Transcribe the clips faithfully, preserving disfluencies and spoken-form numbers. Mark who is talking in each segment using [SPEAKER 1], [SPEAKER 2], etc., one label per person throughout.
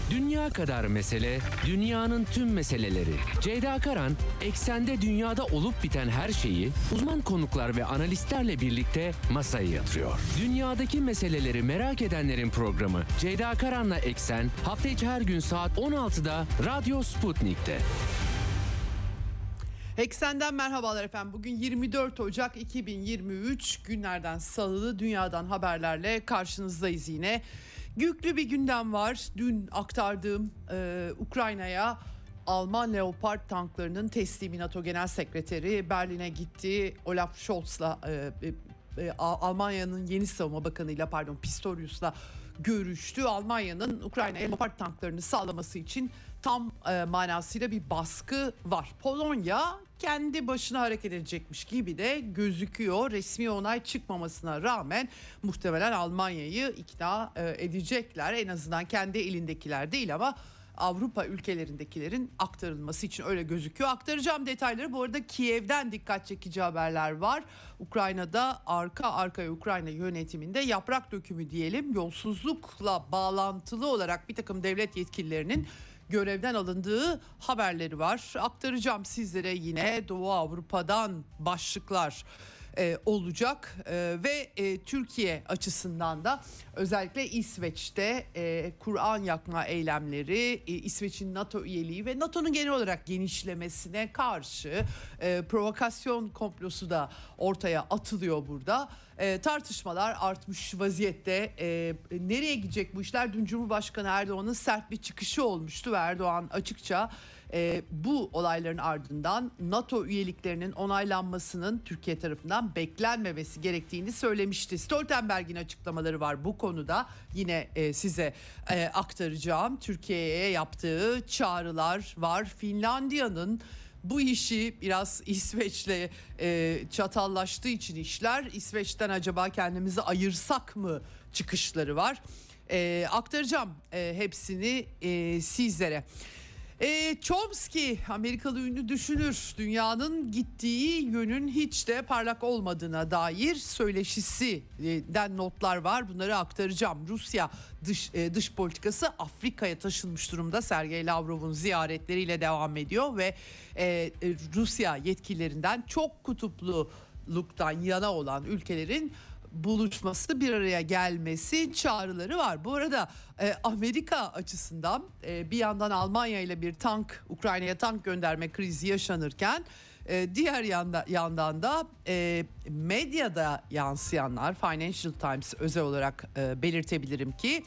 [SPEAKER 1] Dünya kadar mesele, dünyanın tüm meseleleri. Ceyda Karan, eksende dünyada olup biten her şeyi uzman konuklar ve analistlerle birlikte masaya yatırıyor. Dünyadaki meseleleri merak edenlerin programı Ceyda Karan'la Eksen hafta içi her gün saat on altıda Radyo Sputnik'te.
[SPEAKER 2] Eksenden merhabalar efendim. Bugün yirmi dört Ocak iki bin yirmi üç günlerden salı, dünyadan haberlerle karşınızdayız yine. Yüklü bir gündem var. Dün aktardığım e, Ukrayna'ya Alman Leopard tanklarının teslimi, NATO Genel Sekreteri Berlin'e gitti. Olaf Scholz'la e, e, Almanya'nın yeni savunma bakanıyla pardon Pistorius'la görüştü. Almanya'nın Ukrayna'ya Leopard tanklarını sağlaması için tam e, manasıyla bir baskı var. Polonya kendi başına hareket edecekmiş gibi de gözüküyor. Resmi onay çıkmamasına rağmen muhtemelen Almanya'yı ikna e, edecekler. En azından kendi elindekiler değil ama Avrupa ülkelerindekilerin aktarılması için öyle gözüküyor. Aktaracağım detayları. Bu arada Kiev'den dikkat çekici haberler var. Ukrayna'da arka arkaya Ukrayna yönetiminde yaprak dökümü diyelim, yolsuzlukla bağlantılı olarak bir takım devlet yetkililerinin görevden alındığı haberleri var. Aktaracağım sizlere yine Doğu Avrupa'dan başlıklar e, olacak e, ve e, Türkiye açısından da özellikle İsveç'te e, Kur'an yakma eylemleri, e, İsveç'in NATO üyeliği ve NATO'nun genel olarak genişlemesine karşı e, provokasyon komplosu da ortaya atılıyor burada. E, tartışmalar artmış vaziyette. E, nereye gidecek bu işler? Dün Cumhurbaşkanı Erdoğan'ın sert bir çıkışı olmuştu ve Erdoğan açıkça e, bu olayların ardından NATO üyeliklerinin onaylanmasının Türkiye tarafından beklenmemesi gerektiğini söylemişti. Stoltenberg'in açıklamaları var bu konuda. Yine e, size e, aktaracağım. Türkiye'ye yaptığı çağrılar var. Finlandiya'nın bu işi biraz İsveç'le e, çatallaştığı için işler, İsveç'ten acaba kendimizi ayırsak mı çıkışları var. E, aktaracağım e, hepsini e, sizlere. E, Chomsky, Amerikalı ünlü düşünür, dünyanın gittiği yönün hiç de parlak olmadığına dair söyleşisinden notlar var. Bunları aktaracağım. Rusya dış e, dış politikası Afrika'ya taşınmış durumda. Sergey Lavrov'un ziyaretleriyle devam ediyor ve e, Rusya yetkililerinden çok kutupluluktan yana olan ülkelerin buluşması, bir araya gelmesi çağrıları var. Bu arada e, Amerika açısından e, bir yandan Almanya ile bir tank, Ukrayna'ya tank gönderme krizi yaşanırken e, diğer yanda, yandan da e, medyada yansıyanlar, Financial Times özel olarak e, belirtebilirim ki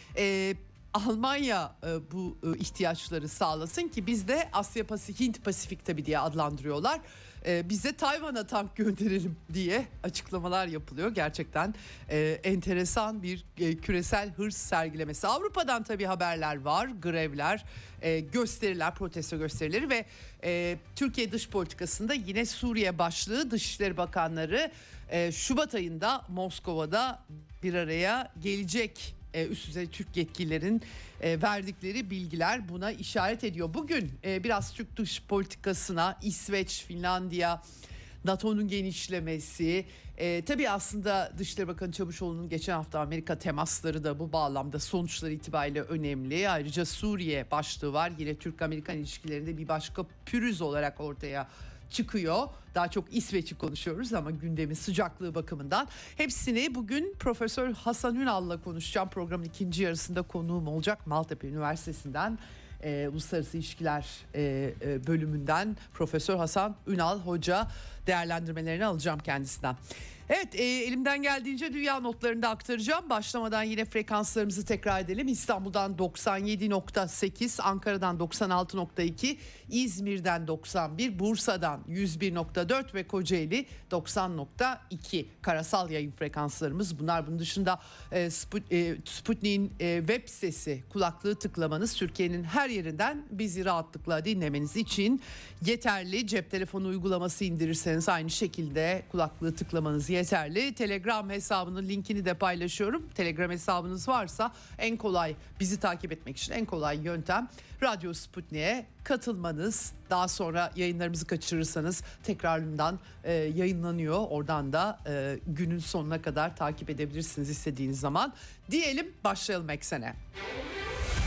[SPEAKER 2] e, Almanya e, bu e, ihtiyaçları sağlasın ki biz de Asya Pasifik, Hint Pasifik tabii diye adlandırıyorlar. E, biz de Tayvan'a tank gönderelim diye açıklamalar yapılıyor. Gerçekten e, enteresan bir e, küresel hırs sergilemesi. Avrupa'dan tabii haberler var, grevler, e, gösteriler, protesto gösterileri ve e, Türkiye dış politikasında yine Suriye başlığı. Dışişleri Bakanları e, Şubat ayında Moskova'da bir araya gelecek. Üst düzey Türk yetkililerin verdikleri bilgiler buna işaret ediyor. Bugün biraz Türk dış politikasına, İsveç, Finlandiya, NATO'nun genişlemesi, e, tabii aslında Dışişleri Bakanı Çavuşoğlu'nun geçen hafta Amerika temasları da bu bağlamda sonuçları itibariyle önemli. Ayrıca Suriye başlığı var. Yine Türk-Amerikan ilişkilerinde bir başka pürüz olarak ortaya çıkıyor. Daha çok İsveç'i konuşuyoruz ama gündemin sıcaklığı bakımından. Hepsini bugün Profesör Hasan Ünal'la konuşacağım. Programın ikinci yarısında konuğum olacak. Maltepe Üniversitesi'nden e, Uluslararası İlişkiler e, e, bölümünden Profesör Hasan Ünal Hoca, değerlendirmelerini alacağım kendisinden. Evet, e, elimden geldiğince dünya notlarını da aktaracağım. Başlamadan yine frekanslarımızı tekrar edelim. İstanbul'dan doksan yedi nokta sekiz, Ankara'dan doksan altı nokta iki, İzmir'den doksan bir, Bursa'dan yüz bir nokta dört ve Kocaeli doksan nokta iki karasal yayın frekanslarımız. Bunlar bunun dışında e, Sput, e, Sputnik'in e, web sitesi, kulaklığı tıklamanız Türkiye'nin her yerinden bizi rahatlıkla dinlemeniz için yeterli. Cep telefonu uygulaması indirirseniz aynı şekilde kulaklığı tıklamanız yeterli. Telegram hesabının linkini de paylaşıyorum. Telegram hesabınız varsa en kolay, bizi takip etmek için en kolay yöntem Radyo Sputnik'e katılmanız. Daha sonra yayınlarımızı kaçırırsanız tekrarından e, yayınlanıyor. Oradan da e, günün sonuna kadar takip edebilirsiniz istediğiniz zaman. Diyelim, başlayalım Eksen'e.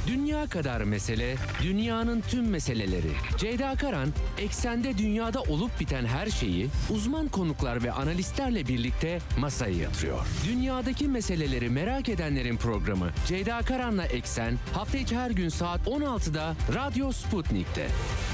[SPEAKER 1] Dünya kadar mesele, dünyanın tüm meseleleri. Ceyda Karan, eksende dünyada olup biten her şeyi uzman konuklar ve analistlerle birlikte masaya yatırıyor. Dünyadaki meseleleri merak edenlerin programı Ceyda Karan'la Eksen hafta içi her gün saat on altıda Radyo Sputnik'te.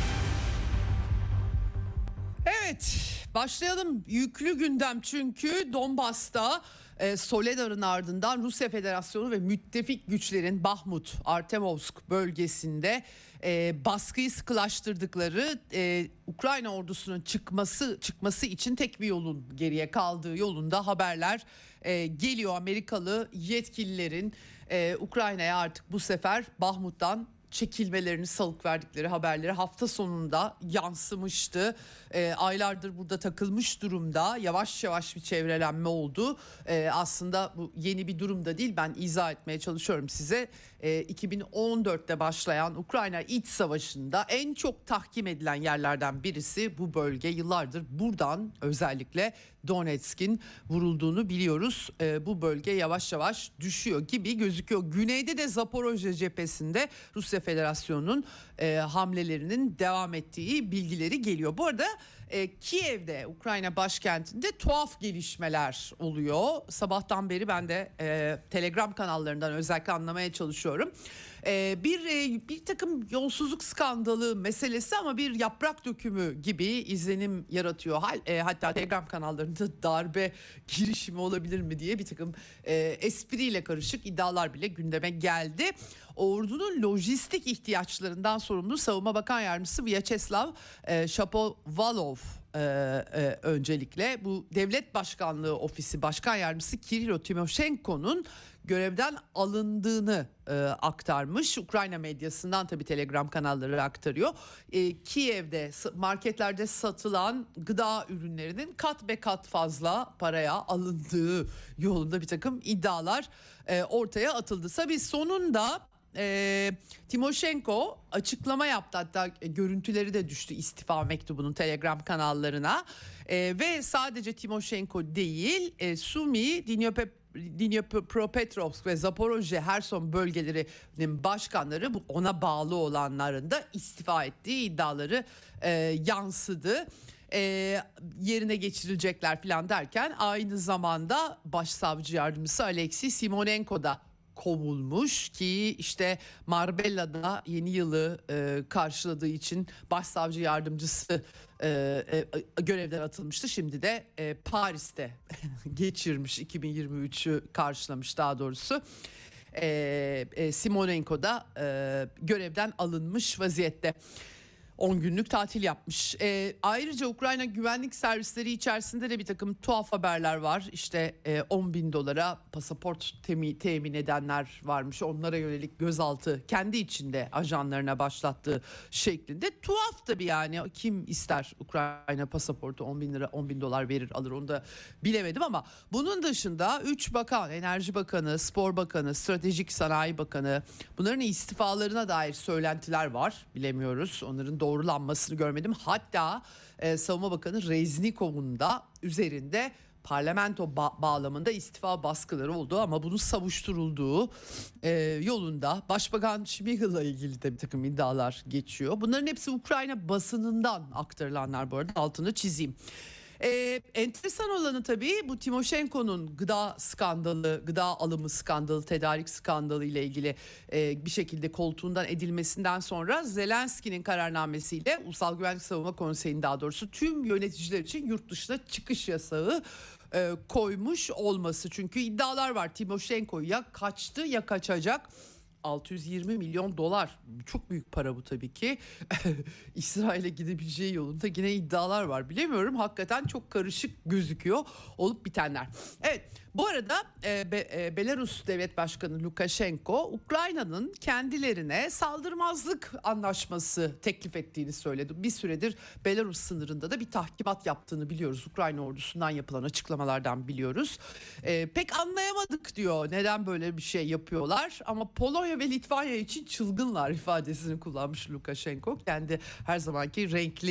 [SPEAKER 2] Evet, başlayalım. Yüklü gündem çünkü Donbas'ta e, Soledar'ın ardından Rusya Federasyonu ve müttefik güçlerin Bahmut, Artemovsk bölgesinde e, baskıyı sıkılaştırdıkları, e, Ukrayna ordusunun çıkması çıkması için tek bir yolun geriye kaldığı yolunda haberler e, geliyor. Amerikalı yetkililerin e, Ukrayna'ya artık bu sefer Bahmut'tan çekilmelerini salık verdikleri haberleri hafta sonunda yansımıştı. E, aylardır burada takılmış durumda. Yavaş yavaş bir çevrelenme oldu. E, aslında bu yeni bir durum da değil. Ben izah etmeye çalışıyorum size. E, iki bin on dörtte başlayan Ukrayna İç Savaşı'nda en çok tahkim edilen yerlerden birisi bu bölge. Yıllardır buradan özellikle Donetsk'in vurulduğunu biliyoruz. E, bu bölge yavaş yavaş düşüyor gibi gözüküyor. Güneyde de Zaporojye cephesinde Rusya Federasyonu'nun e, hamlelerinin devam ettiği bilgileri geliyor. Bu arada e, Kiev'de, Ukrayna başkentinde tuhaf gelişmeler oluyor. Sabahtan beri ben de e, Telegram kanallarından özellikle anlamaya çalışıyorum. E, bir e, bir takım yolsuzluk skandalı meselesi ama bir yaprak dökümü gibi izlenim yaratıyor. Hal, e, hatta Telegram kanallarında darbe girişimi olabilir mi diye bir takım e, espriyle karışık iddialar bile gündeme geldi. Ordunun lojistik ihtiyaçlarından sorumlu Savunma Bakan Yardımcısı Vyacheslav e, Shapovalov e, e, öncelikle bu Devlet Başkanlığı Ofisi Başkan Yardımcısı Kirilo Timoshenko'nun görevden alındığını e, aktarmış. Ukrayna medyasından tabii Telegram kanalları aktarıyor. E, Kiev'de marketlerde satılan gıda ürünlerinin kat be kat fazla paraya alındığı yolunda bir takım iddialar e, ortaya atıldı. Tabii sonunda E, Timoshenko açıklama yaptı, hatta görüntüleri de düştü istifa mektubunun Telegram kanallarına e, ve sadece Timoshenko değil e, Sumi, Dnipropetrovsk ve Zaporojye Herson bölgelerinin başkanları, bu ona bağlı olanların da istifa ettiği iddiaları e, yansıdı. E, yerine geçirilecekler falan derken aynı zamanda Başsavcı Yardımcısı Alexei Simonenko da kovulmuş ki işte Marbella'da yeni yılı e, karşıladığı için başsavcı yardımcısı e, e, görevden atılmıştı. Şimdi de e, Paris'te geçirmiş, iki bin yirmi üçü karşılamış daha doğrusu. E, e, Simonenko da e, görevden alınmış vaziyette. on günlük tatil yapmış. E, ayrıca Ukrayna güvenlik servisleri içerisinde de bir takım tuhaf haberler var. İşte e, on bin dolara pasaport temi, temin edenler varmış. Onlara yönelik gözaltı kendi içinde ajanlarına başlattığı şeklinde. Tuhaf tabii yani, kim ister Ukrayna pasaportu on bin lira on bin dolar verir alır, onu da bilemedim ama bunun dışında üç bakan, Enerji Bakanı, Spor Bakanı, Stratejik Sanayi Bakanı, bunların istifalarına dair söylentiler var. Bilemiyoruz, onların doğrulanmasını görmedim. Hatta e, Savunma Bakanı Reznikov'un da üzerinde parlamento ba- bağlamında istifa baskıları oldu ama bunun savuşturulduğu e, yolunda Başbakan Şmigıl'la ilgili de bir takım iddialar geçiyor. Bunların hepsi Ukrayna basınından aktarılanlar, bu arada altını çizeyim. Ee, enteresan olanı tabii bu Timoshenko'nun gıda skandalı, gıda alımı skandalı, tedarik skandalı ile ilgili e, bir şekilde koltuğundan edilmesinden sonra Zelenski'nin kararnamesiyle Ulusal Güvenlik Savunma Konseyi'nin, daha doğrusu tüm yöneticiler için yurt dışına çıkış yasağı e, koymuş olması. Çünkü iddialar var, Timoshenko ya kaçtı ya kaçacak. altı yüz yirmi milyon dolar, çok büyük para bu tabii ki. İsrail'e gidebileceği yolunda yine iddialar var. Bilemiyorum, hakikaten çok karışık gözüküyor olup bitenler. Evet, bu arada e, Be, e, Belarus Devlet Başkanı Lukashenko Ukrayna'nın kendilerine saldırmazlık anlaşması teklif ettiğini söyledi. Bir süredir Belarus sınırında da bir tahkimat yaptığını biliyoruz. Ukrayna ordusundan yapılan açıklamalardan biliyoruz. E, pek anlayamadık diyor neden böyle bir şey yapıyorlar, ama Polonya ve Litvanya için çılgınlar ifadesini kullanmış Lukashenko. Kendi her zamanki renkli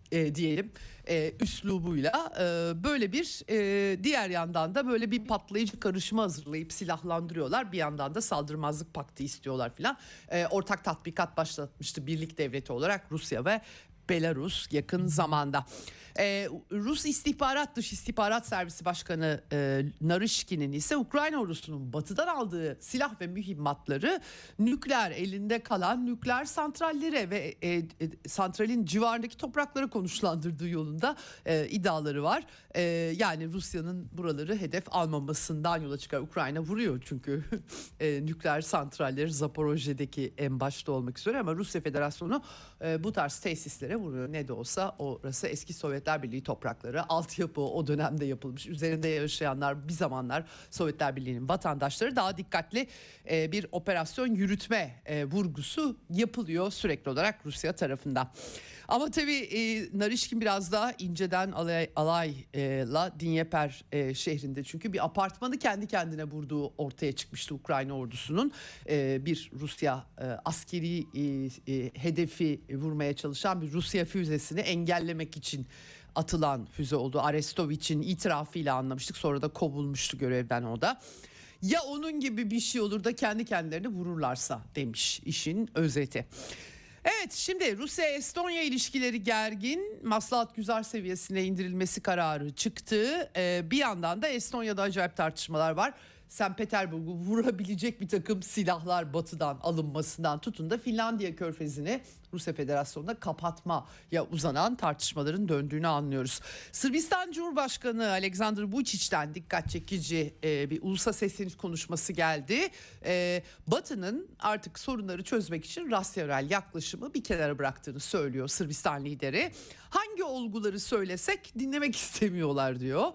[SPEAKER 2] e, diyelim e, üslubuyla e, böyle bir e, diğer yandan da böyle bir patlayıcı karışımı hazırlayıp silahlandırıyorlar. Bir yandan da saldırmazlık paktı istiyorlar filan. E, ortak tatbikat başlatmıştı birlik devleti olarak Rusya ve Belarus yakın zamanda. Ee, Rus İstihbarat Dış İstihbarat Servisi Başkanı e, Narishkin'in ise Ukrayna ordusunun batıdan aldığı silah ve mühimmatları nükleer elinde kalan nükleer santrallere ve e, e, santralin civarındaki topraklara konuşlandırdığı yolunda e, iddiaları var. E, yani Rusya'nın buraları hedef almamasından yola çıkar. Ukrayna vuruyor çünkü e, nükleer santralleri Zaporojye'deki en başta olmak üzere, ama Rusya Federasyonu e, bu tarz tesislere vuruyor. Ne de olsa orası eski Sovyetler Birliği toprakları, altyapı o dönemde yapılmış, üzerinde yaşayanlar bir zamanlar Sovyetler Birliği'nin vatandaşları, daha dikkatli e, bir operasyon yürütme e, vurgusu yapılıyor sürekli olarak Rusya tarafından. Ama tabii e, Narishkin biraz daha inceden alay, alayla Dnyeper e, şehrinde, çünkü bir apartmanı kendi kendine vurduğu ortaya çıkmıştı Ukrayna ordusunun. E, bir Rusya e, askeri e, e, hedefi vurmaya çalışan bir Rusya füzesini engellemek için atılan füze oldu. Arestovich'in itirafıyla anlamıştık, sonra da kovulmuştu görevden o da. Ya onun gibi bir şey olur da kendi kendilerini vururlarsa demiş işin özeti. Evet, şimdi Rusya-Estonya ilişkileri gergin, maslahat güzar seviyesine indirilmesi kararı çıktı. Ee, bir yandan da Estonya'da acayip tartışmalar var. Sankt Petersburg'u vurabilecek bir takım silahlar batıdan alınmasından tutun da Finlandiya körfezini Rusya Federasyonu'nda kapatmaya uzanan tartışmaların döndüğünü anlıyoruz. Sırbistan Cumhurbaşkanı Aleksandar Vučić'ten dikkat çekici e, bir ulusa sesleniş konuşması geldi. E, Batı'nın artık sorunları çözmek için rasyonel yaklaşımı bir kenara bıraktığını söylüyor Sırbistan lideri. Hangi olguları söylesek dinlemek istemiyorlar diyor.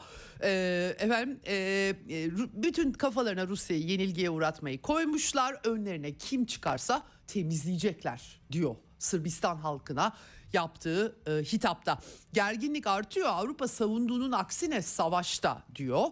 [SPEAKER 2] E, efendim e, bütün kafalarına Rusya'yı yenilgiye uğratmayı koymuşlar. Önlerine kim çıkarsa temizleyecekler diyor Sırbistan halkına yaptığı e, hitapta. Gerginlik artıyor, Avrupa savunduğunun aksine savaşta diyor.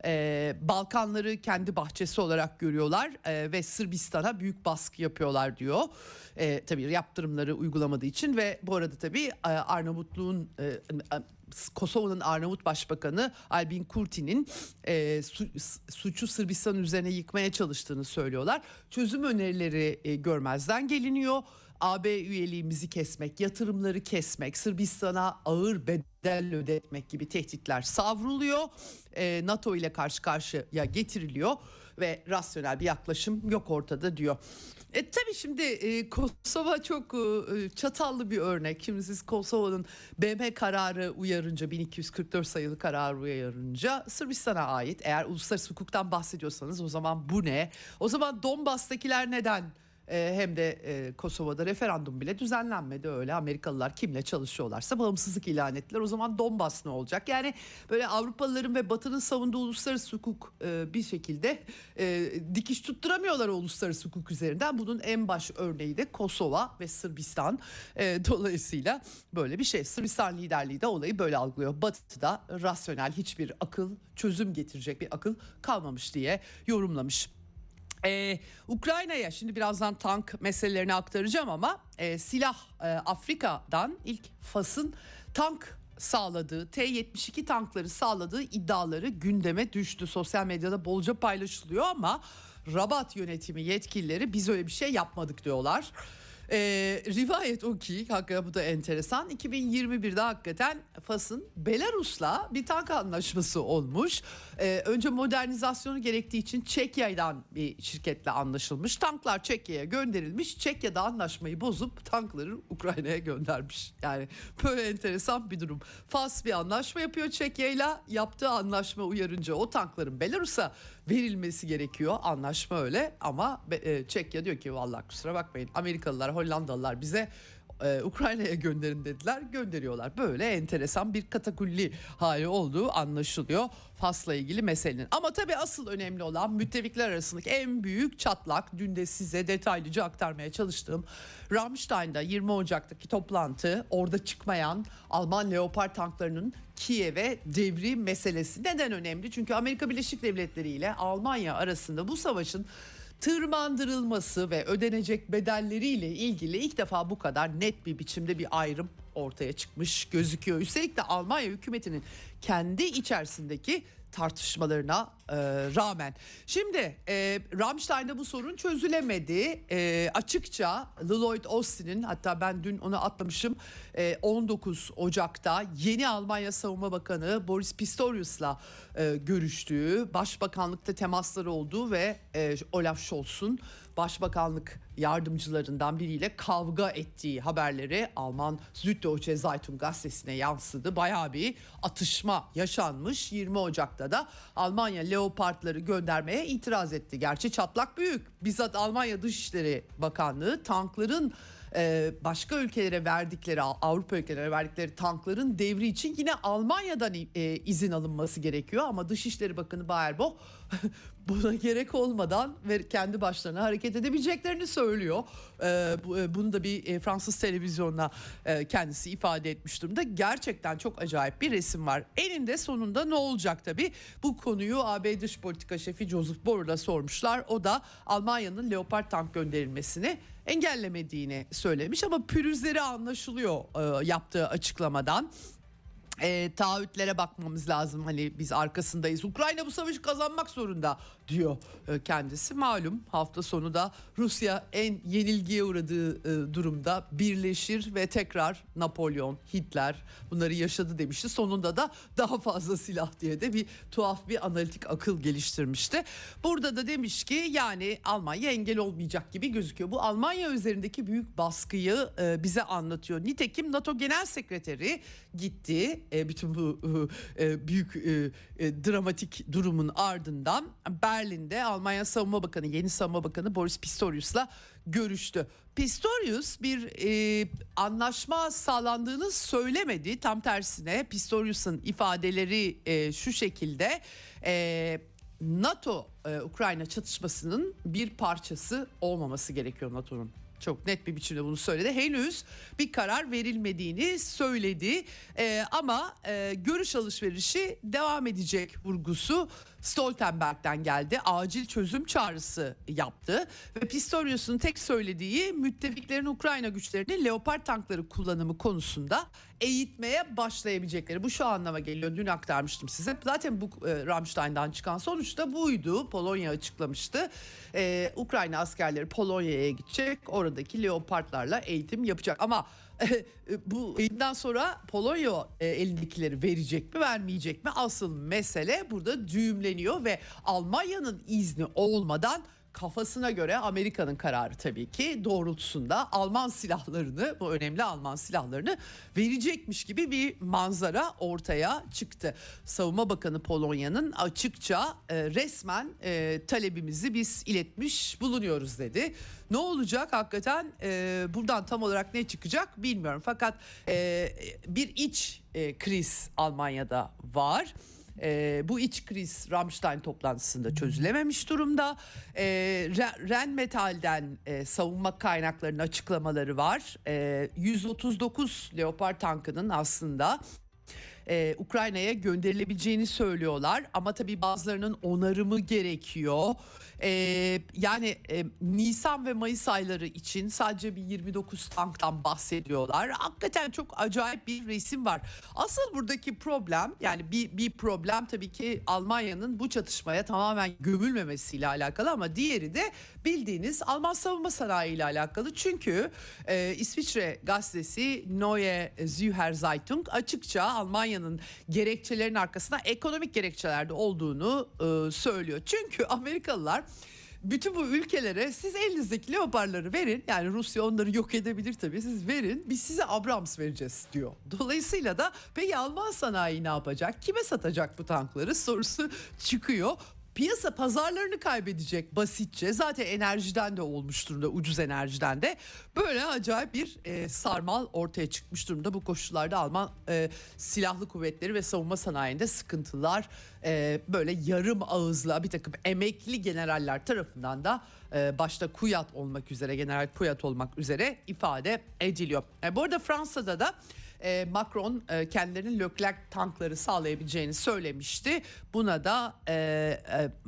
[SPEAKER 2] E, Balkanları kendi bahçesi olarak görüyorlar e, ve Sırbistan'a büyük baskı yapıyorlar diyor. E, tabii yaptırımları uygulamadığı için. Ve bu arada tabii e, Arnavutluğun e, Kosova'nın Arnavut Başbakanı Albin Kurti'nin e, su, suçu Sırbistan üzerine yıkmaya çalıştığını söylüyorlar. Çözüm önerileri e, görmezden geliniyor. A B üyeliğimizi kesmek, yatırımları kesmek, Sırbistan'a ağır bedel ödetmek gibi tehditler savruluyor. E, NATO ile karşı karşıya getiriliyor ve rasyonel bir yaklaşım yok ortada diyor. E tabii şimdi e, Kosova çok e, çatallı bir örnek. Şimdi siz Kosova'nın B M kararı uyarınca, bin iki yüz kırk dört sayılı kararı uyarınca Sırbistan'a ait, eğer uluslararası hukuktan bahsediyorsanız o zaman bu ne? O zaman Donbas'takiler neden? Ee, hem de e, Kosova'da referandum bile düzenlenmedi öyle. Amerikalılar kimle çalışıyorlarsa bağımsızlık ilan ettiler. O zaman Donbas ne olacak? Yani böyle Avrupalıların ve Batı'nın savunduğu uluslararası hukuk e, bir şekilde e, dikiş tutturamıyorlar o uluslararası hukuk üzerinden. Bunun en baş örneği de Kosova ve Sırbistan. E, dolayısıyla böyle bir şey. Sırbistan liderliği de olayı böyle algılıyor. Batı'da rasyonel hiçbir akıl, çözüm getirecek bir akıl kalmamış diye yorumlamış. Ee, Ukrayna'ya şimdi birazdan tank meselelerini aktaracağım ama e, silah e, Afrika'dan ilk Fas'ın tank sağladığı, T yetmiş iki tankları sağladığı iddiaları gündeme düştü. Sosyal medyada bolca paylaşılıyor ama Rabat yönetimi yetkilileri biz öyle bir şey yapmadık diyorlar. Ee, rivayet o ki, hakikaten bu da enteresan, iki bin yirmi birde hakikaten Fas'ın Belarus'la bir tank anlaşması olmuş. Ee, önce modernizasyonu gerektiği için Çekya'dan bir şirketle anlaşılmış. Tanklar Çekya'ya gönderilmiş. Çekya da anlaşmayı bozup tankları Ukrayna'ya göndermiş. Yani böyle enteresan bir durum. Fas bir anlaşma yapıyor Çekya'yla. Yaptığı anlaşma uyarınca o tankların Belarus'a verilmesi gerekiyor. Anlaşma öyle ama Çekya diyor ki vallahi kusura bakmayın, Amerikalılar, Hollandalılar bize e, Ukrayna'ya gönderin dediler, gönderiyorlar. Böyle enteresan bir katakulli hali olduğu anlaşılıyor Fas'la ilgili meselenin. Ama tabii asıl önemli olan müttefikler arasındaki en büyük çatlak, dün de size detaylıca aktarmaya çalıştığım Ramstein'da yirmi Ocak'taki toplantı, orada çıkmayan Alman Leopard tanklarının Kiev'e devri meselesi. Neden önemli? Çünkü Amerika Birleşik Devletleri ile Almanya arasında bu savaşın tırmandırılması ve ödenecek bedelleriyle ilgili ilk defa bu kadar net bir biçimde bir ayrım ortaya çıkmış gözüküyor. Üstelik de Almanya hükümetinin kendi içerisindeki tartışmalarına e, rağmen. Şimdi e, Rammstein'da bu sorun çözülemedi. E, açıkça Lloyd Austin'in, hatta ben dün onu atlamışım, e, on dokuz Ocak'ta yeni Almanya Savunma Bakanı Boris Pistorius'la e, görüştüğü, başbakanlıkta temasları olduğu ve e, Olaf Scholz'un başbakanlık yardımcılarından biriyle kavga ettiği haberleri Alman Süddeutsche Zeitung gazetesine yansıdı. Bayağı bir atışma yaşanmış. yirmi Ocak'ta da Almanya Leopardları göndermeye itiraz etti. Gerçi çatlak büyük. Bizzat Almanya Dışişleri Bakanlığı tankların başka ülkelere verdikleri, Avrupa ülkelerine verdikleri tankların devri için yine Almanya'dan izin alınması gerekiyor. Ama Dışişleri Bakanı Baerbock buna gerek olmadan ve kendi başlarına hareket edebileceklerini söylüyor. Bunu da bir Fransız televizyonuna kendisi ifade etmiş durumda. Gerçekten çok acayip bir resim var. Eninde sonunda ne olacak tabii? Bu konuyu A B Dış Politika Şefi Joseph Borrell'a sormuşlar. O da Almanya'nın Leopard tank gönderilmesini engellemediğini söylemiş ama pürüzleri anlaşılıyor e, yaptığı açıklamadan. E, taahhütlere bakmamız lazım, hani biz arkasındayız, Ukrayna bu savaşı kazanmak zorunda diyor e, kendisi. Malum hafta sonu da Rusya en yenilgiye uğradığı e, durumda birleşir ve tekrar Napolyon, Hitler bunları yaşadı demişti. Sonunda da daha fazla silah diye de bir tuhaf bir analitik akıl geliştirmişti. Burada da demiş ki yani Almanya engel olmayacak gibi gözüküyor. Bu Almanya üzerindeki büyük baskıyı e, bize anlatıyor. Nitekim NATO Genel Sekreteri gitti. E, bütün bu e, büyük e, e, dramatik durumun ardından Berlin'de Almanya Savunma Bakanı, yeni Savunma Bakanı Boris Pistorius'la görüştü. Pistorius bir e, anlaşma sağlandığını söylemedi. Tam tersine Pistorius'un ifadeleri e, şu şekilde: e, NATO e, Ukrayna çatışmasının bir parçası olmaması gerekiyor NATO'nun. Çok net bir biçimde bunu söyledi. Henüz bir karar verilmediğini söyledi. Ee, ama e, görüş alışverişi devam edecek vurgusu Stoltenberg'den geldi. Acil çözüm çağrısı yaptı. Ve Pistorius'un tek söylediği müttefiklerin Ukrayna güçlerini Leopard tankları kullanımı konusunda eğitmeye başlayabilecekleri. Bu şu anlama geliyor. Dün aktarmıştım size. Zaten bu e, Rammstein'dan çıkan sonuç da buydu. Polonya açıklamıştı. Ee, Ukrayna askerleri Polonya'ya gidecek. Oradaki Leopardlarla eğitim yapacak. Ama bu eğitimden sonra Polonya elindekileri verecek mi, vermeyecek mi? Asıl mesele burada düğümleniyor ve Almanya'nın izni olmadan kafasına göre, Amerika'nın kararı tabii ki doğrultusunda Alman silahlarını, bu önemli Alman silahlarını verecekmiş gibi bir manzara ortaya çıktı. Savunma Bakanı Polonya'nın açıkça e, resmen e, talebimizi biz iletmiş bulunuyoruz dedi. Ne olacak hakikaten, e, buradan tam olarak ne çıkacak bilmiyorum. Fakat e, bir iç e, kriz Almanya'da var. E, bu iç kriz Rammstein toplantısında çözülememiş durumda. E, Rheinmetall'den e, savunma kaynaklarının açıklamaları var. E, yüz otuz dokuz Leopard tankının aslında Ee, Ukrayna'ya gönderilebileceğini söylüyorlar ama tabii bazılarının onarımı gerekiyor. Ee, yani e, Nisan ve Mayıs ayları için sadece bir yirmi dokuz tanktan bahsediyorlar. Hakikaten çok acayip bir resim var. Asıl buradaki problem, yani bir, bir problem tabii ki Almanya'nın bu çatışmaya tamamen gömülmemesiyle alakalı ama diğeri de bildiğiniz Alman savunma sanayi ile alakalı. Çünkü e, İsviçre gazetesi Neue Zürcher Zeitung açıkça Almanya'nın gerekçelerin arkasında ekonomik gerekçelerde olduğunu e, söylüyor. Çünkü Amerikalılar bütün bu ülkelere siz elinizdeki Leopard'ları verin, yani Rusya onları yok edebilir tabii, siz verin, biz size Abrams vereceğiz diyor. Dolayısıyla da peki Alman sanayi ne yapacak, kime satacak bu tankları sorusu çıkıyor. Piyasa pazarlarını kaybedecek basitçe. Zaten enerjiden de olmuş durumda, ucuz enerjiden de. Böyle acayip bir e, sarmal ortaya çıkmış durumda. Bu koşullarda Alman e, silahlı kuvvetleri ve savunma sanayinde sıkıntılar e, böyle yarım ağızla bir takım emekli generaller tarafından da e, başta Kuyat olmak üzere, General Kuyat olmak üzere ifade ediliyor. E, bu arada Fransa'da da Macron kendilerinin Leclerc tankları sağlayabileceğini söylemişti. Buna da e, e,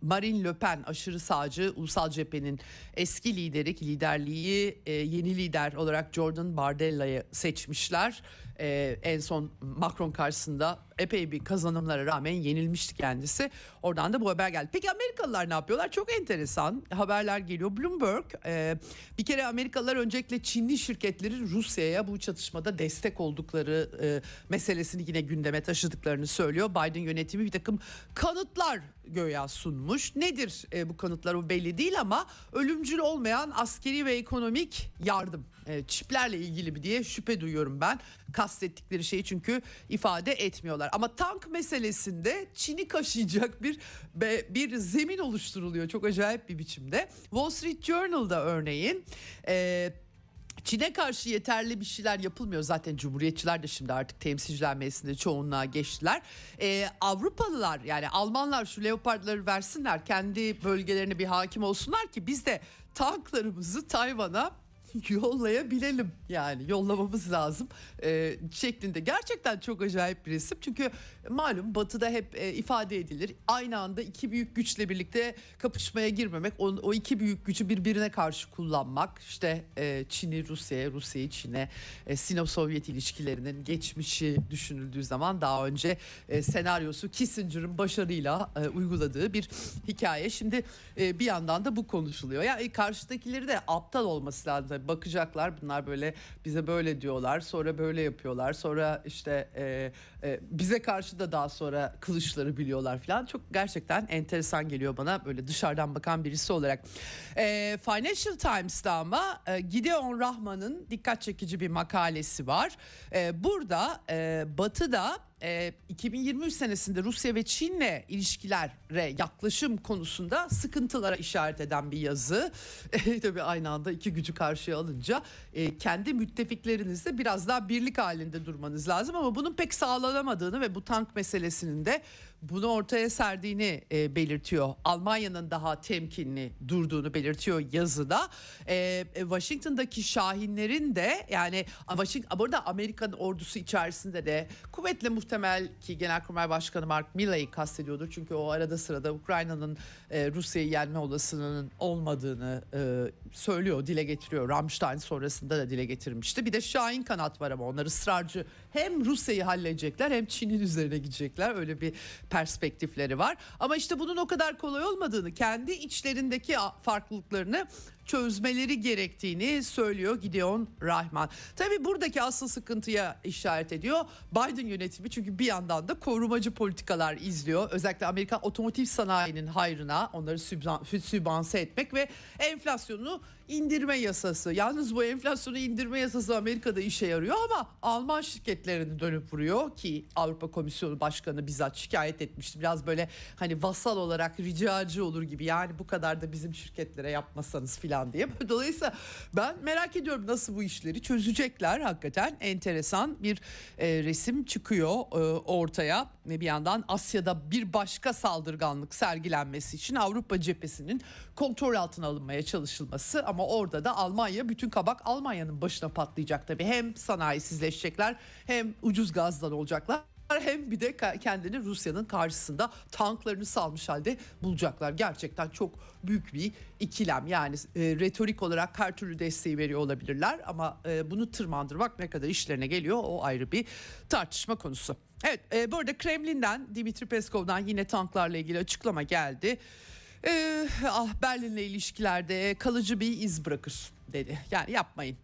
[SPEAKER 2] Marine Le Pen aşırı sağcı Ulusal Cephe'nin eski lideri ki liderliği e, yeni lider olarak Jordan Bardella'yı seçmişler. Ee, en son Macron karşısında epey bir kazanımlara rağmen yenilmişti kendisi. Oradan da bu haber geldi. Peki Amerikalılar ne yapıyorlar? Çok enteresan haberler geliyor. Bloomberg e, bir kere Amerikalılar öncelikle Çinli şirketlerin Rusya'ya bu çatışmada destek oldukları e, meselesini yine gündeme taşıdıklarını söylüyor. Biden yönetimi bir takım kanıtlar göya sunmuş. Nedir e, bu kanıtlar o belli değil ama ölümcül olmayan askeri ve ekonomik yardım. E, çiplerle ilgili mi diye şüphe duyuyorum ben. Kastettikleri şeyi çünkü ifade etmiyorlar. Ama tank meselesinde Çin'i kaşıyacak bir bir zemin oluşturuluyor çok acayip bir biçimde. Wall Street Journal'da örneğin e, Çin'e karşı yeterli bir şeyler yapılmıyor. Zaten Cumhuriyetçiler de şimdi artık temsilciler meclisinde çoğunluğa geçtiler. Ee, Avrupalılar yani Almanlar şu leopardları versinler, kendi bölgelerine bir hakim olsunlar ki biz de tanklarımızı Tayvan'a yollayabilelim, yani yollamamız lazım e, şeklinde. Gerçekten çok acayip bir resim çünkü malum Batı'da hep e, ifade edilir, aynı anda iki büyük güçle birlikte kapışmaya girmemek, o, o iki büyük gücü birbirine karşı kullanmak, işte e, Çin'i Rusya'ya, Rusya'yı Çin'e, e, Sino-Sovyet ilişkilerinin geçmişi düşünüldüğü zaman daha önce e, senaryosu Kissinger'ın başarıyla e, uyguladığı bir hikaye. Şimdi e, bir yandan da bu konuşuluyor. Yani karşıdakileri de aptal olması lazım. Bakacaklar, bunlar böyle bize böyle diyorlar, sonra böyle yapıyorlar, sonra işte e, e, bize karşı da daha sonra kılıçları biliyorlar falan. Çok gerçekten enteresan geliyor bana böyle dışarıdan bakan birisi olarak. E, Financial Times'ta ama e, Gideon Rahman'ın dikkat çekici bir makalesi var. E, burada e, Batı'da E, iki bin yirmi üç senesinde Rusya ve Çin'le ilişkilere yaklaşım konusunda sıkıntılara işaret eden bir yazı. E, tabii aynı anda iki gücü karşıya alınca e, kendi müttefiklerinizle biraz daha birlik halinde durmanız lazım ama bunun pek sağlanamadığını ve bu tank meselesinin de bunu ortaya serdiğini e, belirtiyor. Almanya'nın daha temkinli durduğunu belirtiyor yazıda. E, Washington'daki Şahinlerin de yani Washington, burada Amerikan ordusu içerisinde de kuvvetle muhtemel ki Genelkurmay Başkanı Mark Milley'i kastediyordur. Çünkü o arada sırada Ukrayna'nın e, Rusya'yı yenme olasılığının olmadığını e, söylüyor, dile getiriyor. Ramstein sonrasında da dile getirmişti. Bir de Şahin kanat var ama onlar ısrarcı. Hem Rusya'yı halledecekler hem Çin'in üzerine gidecekler. Öyle bir perspektifleri var. Ama işte bunun o kadar kolay olmadığını, kendi içlerindeki farklılıklarını çözmeleri gerektiğini söylüyor Gideon Rahman. Tabii buradaki asıl sıkıntıya işaret ediyor Biden yönetimi, çünkü bir yandan da korumacı politikalar izliyor. Özellikle Amerikan otomotiv sanayinin hayrına onları sübvanse etmek ve enflasyonu indirme yasası. Yalnız bu enflasyonu indirme yasası Amerika'da işe yarıyor ama Alman şirketlerini dönüp vuruyor ki Avrupa Komisyonu Başkanı bizzat şikayet etmişti. Biraz böyle hani vasal olarak ricacı olur gibi, yani bu kadar da bizim şirketlere yapmasanız filan diye. Dolayısıyla ben merak ediyorum nasıl bu işleri çözecekler. Hakikaten enteresan bir e, resim çıkıyor e, ortaya ve bir yandan Asya'da bir başka saldırganlık sergilenmesi için Avrupa cephesinin kontrol altına alınmaya çalışılması, ama orada da Almanya, bütün kabak Almanya'nın başına patlayacak tabii. Hem sanayisizleşecekler, hem ucuz gazdan olacaklar, hem bir de kendini Rusya'nın karşısında tanklarını salmış halde bulacaklar. Gerçekten çok büyük bir ikilem. Yani e, retorik olarak her türlü desteği veriyor olabilirler ama e, bunu tırmandırmak ne kadar işlerine geliyor, o ayrı bir tartışma konusu. Evet, e, bu arada Kremlin'den, Dimitri Peskov'dan yine tanklarla ilgili açıklama geldi. Ee, ah, Berlin'le ilişkilerde kalıcı bir iz bırakır dedi. Yani yapmayın.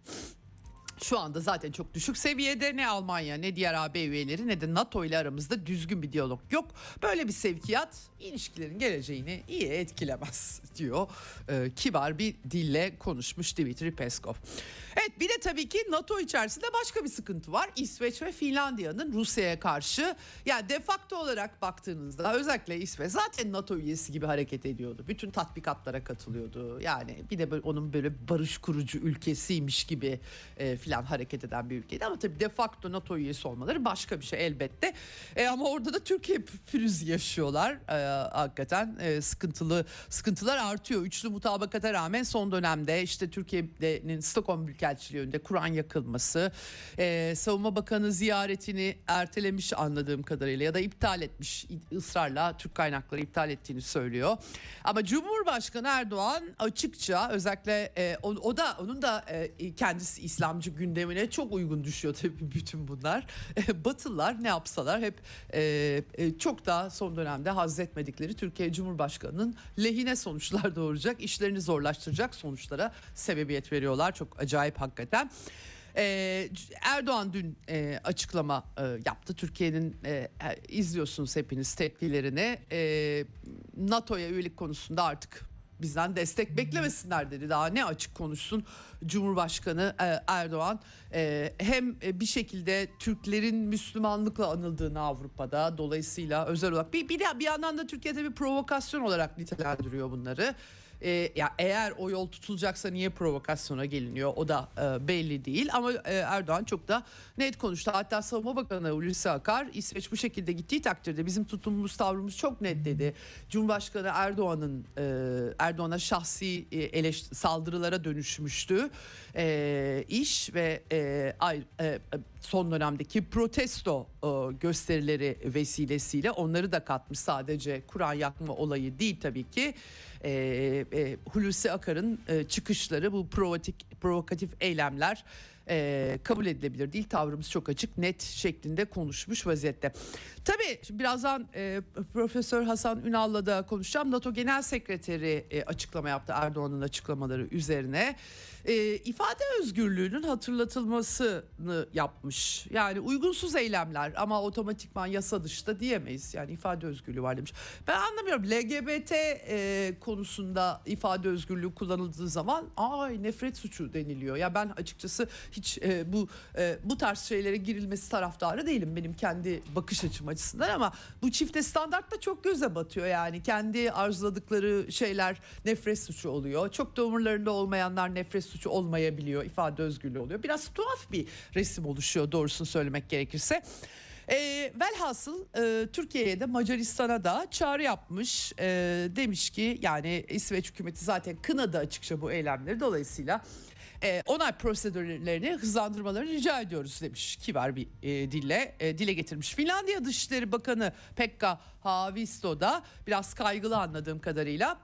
[SPEAKER 2] Şu anda zaten çok düşük seviyede, ne Almanya ne diğer A B üyeleri ne de NATO ile aramızda düzgün bir diyalog yok. Böyle bir sevkiyat ilişkilerin geleceğini iyi etkilemez diyor. Ee, kibar bir dille konuşmuş Dimitri Peskov. Evet, bir de tabii ki NATO içerisinde başka bir sıkıntı var. İsveç ve Finlandiya'nın Rusya'ya karşı, yani de facto olarak baktığınızda özellikle İsveç zaten NATO üyesi gibi hareket ediyordu. Bütün tatbikatlara katılıyordu. Yani bir de böyle, onun böyle barış kurucu ülkesiymiş gibi e, filan plan hareket eden bir ülkeydi. Ama tabii de facto NATO üyesi olmaları başka bir şey elbette. E, ama orada da Türkiye pürüzü yaşıyorlar. E, hakikaten e, sıkıntılı sıkıntılar artıyor. Üçlü mutabakata rağmen son dönemde işte Türkiye'nin Stockholm Büyükelçiliği önünde Kur'an yakılması, e, Savunma Bakanı ziyaretini ertelemiş anladığım kadarıyla ya da iptal etmiş, ısrarla Türk kaynakları iptal ettiğini söylüyor. Ama Cumhurbaşkanı Erdoğan açıkça özellikle e, o, o da onun da e, kendisi İslamcı gündemine çok uygun düşüyor tabii bütün bunlar. E, Batılılar ne yapsalar hep e, e, çok daha son dönemde hazzetmedikleri Türkiye Cumhurbaşkanı'nın lehine sonuçlar doğuracak, işlerini zorlaştıracak sonuçlara sebebiyet veriyorlar. Çok acayip hakikaten. Ee, Erdoğan dün e, açıklama e, yaptı. Türkiye'nin e, izliyorsunuz hepiniz tepkilerini. E, NATO'ya üyelik konusunda artık bizden destek beklemesinler dedi. Daha ne açık konuşsun Cumhurbaşkanı e, Erdoğan. E, hem bir şekilde Türklerin Müslümanlıkla anıldığını Avrupa'da, dolayısıyla özel olarak bir, bir, de, bir yandan da Türkiye'de bir provokasyon olarak nitelendiriyor bunları. E, ya eğer o yol tutulacaksa niye provokasyona geliniyor o da e, belli değil ama e, Erdoğan çok da net konuştu. Hatta Savunma Bakanı Hulusi Akar İsveç bu şekilde gittiği takdirde bizim tutumumuz tavrımız çok net dedi. Cumhurbaşkanı Erdoğan'ın e, Erdoğan'a şahsi e, eleş- saldırılara dönüşmüştü e, iş ve e, ay, e, son dönemdeki protesto e, gösterileri vesilesiyle onları da katmış, sadece Kur'an yakma olayı değil tabii ki. E, e, Hulusi Akar'ın e, çıkışları, bu provokatif, provokatif eylemler e, kabul edilebilir değil. Tavrımız çok açık, net şeklinde konuşmuş vaziyette. Tabii birazdan e, Profesör Hasan Ünal'la da konuşacağım. NATO Genel Sekreteri e, açıklama yaptı Erdoğan'ın açıklamaları üzerine. E, ifade özgürlüğünün hatırlatılmasını yapmış. Yani uygunsuz eylemler ama otomatikman yasa dışı da diyemeyiz. Yani ifade özgürlüğü var demiş. Ben anlamıyorum, L G B T e, konusunda ifade özgürlüğü kullanıldığı zaman ay nefret suçu deniliyor. Ya ben açıkçası hiç e, bu e, bu tarz şeylere girilmesi taraftarı değilim benim kendi bakış açım açısından, ama bu çifte standart da çok göze batıyor. Yani kendi arzuladıkları şeyler nefret suçu oluyor. Çok da umurlarında olmayanlar nefret suçu olmayabiliyor. İfade özgürlüğü oluyor. Biraz tuhaf bir resim oluşuyor doğrusunu söylemek gerekirse. E, velhasıl e, Türkiye'ye de Macaristan'a da çağrı yapmış. E, demiş ki yani İsveç hükümeti zaten kınadı açıkça bu eylemleri. Dolayısıyla e, onay prosedürlerini hızlandırmalarını rica ediyoruz demiş. Kibar bir e, dille e, dile getirmiş. Finlandiya Dışişleri Bakanı Pekka Haavisto da biraz kaygılı anladığım kadarıyla.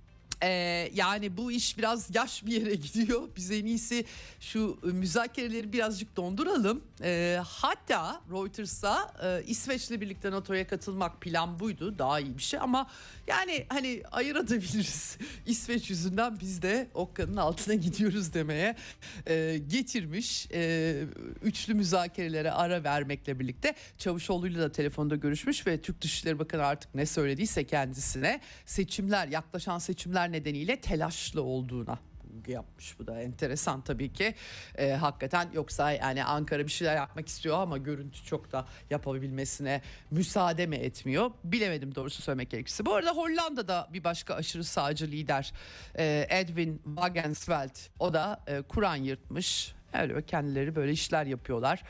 [SPEAKER 2] Ee, yani bu iş biraz yaş bir yere gidiyor. Biz en iyisi şu müzakereleri birazcık donduralım. Ee, hatta Reuters'a e, İsveç'le birlikte NATO'ya katılmak plan buydu. Daha iyi bir şey ama yani hani ayırabiliriz. İsveç yüzünden biz de okkanın altına gidiyoruz demeye e, getirmiş. E, üçlü müzakerelere ara vermekle birlikte Çavuşoğlu'yla da telefonda görüşmüş ve Türk Dışişleri Bakanı artık ne söylediyse kendisine seçimler, yaklaşan seçimler nedeniyle telaşlı olduğuna yapmış. Bu da enteresan tabii ki. Ee, hakikaten yoksa yani Ankara bir şeyler yapmak istiyor ama görüntü çok da yapabilmesine müsaade mi etmiyor? Bilemedim doğrusu söylemek gerekirse. Bu arada Hollanda'da bir başka aşırı sağcı lider e, Edwin Wagensveld, o da e, Kur'an yırtmış. Öyle kendileri böyle işler yapıyorlar.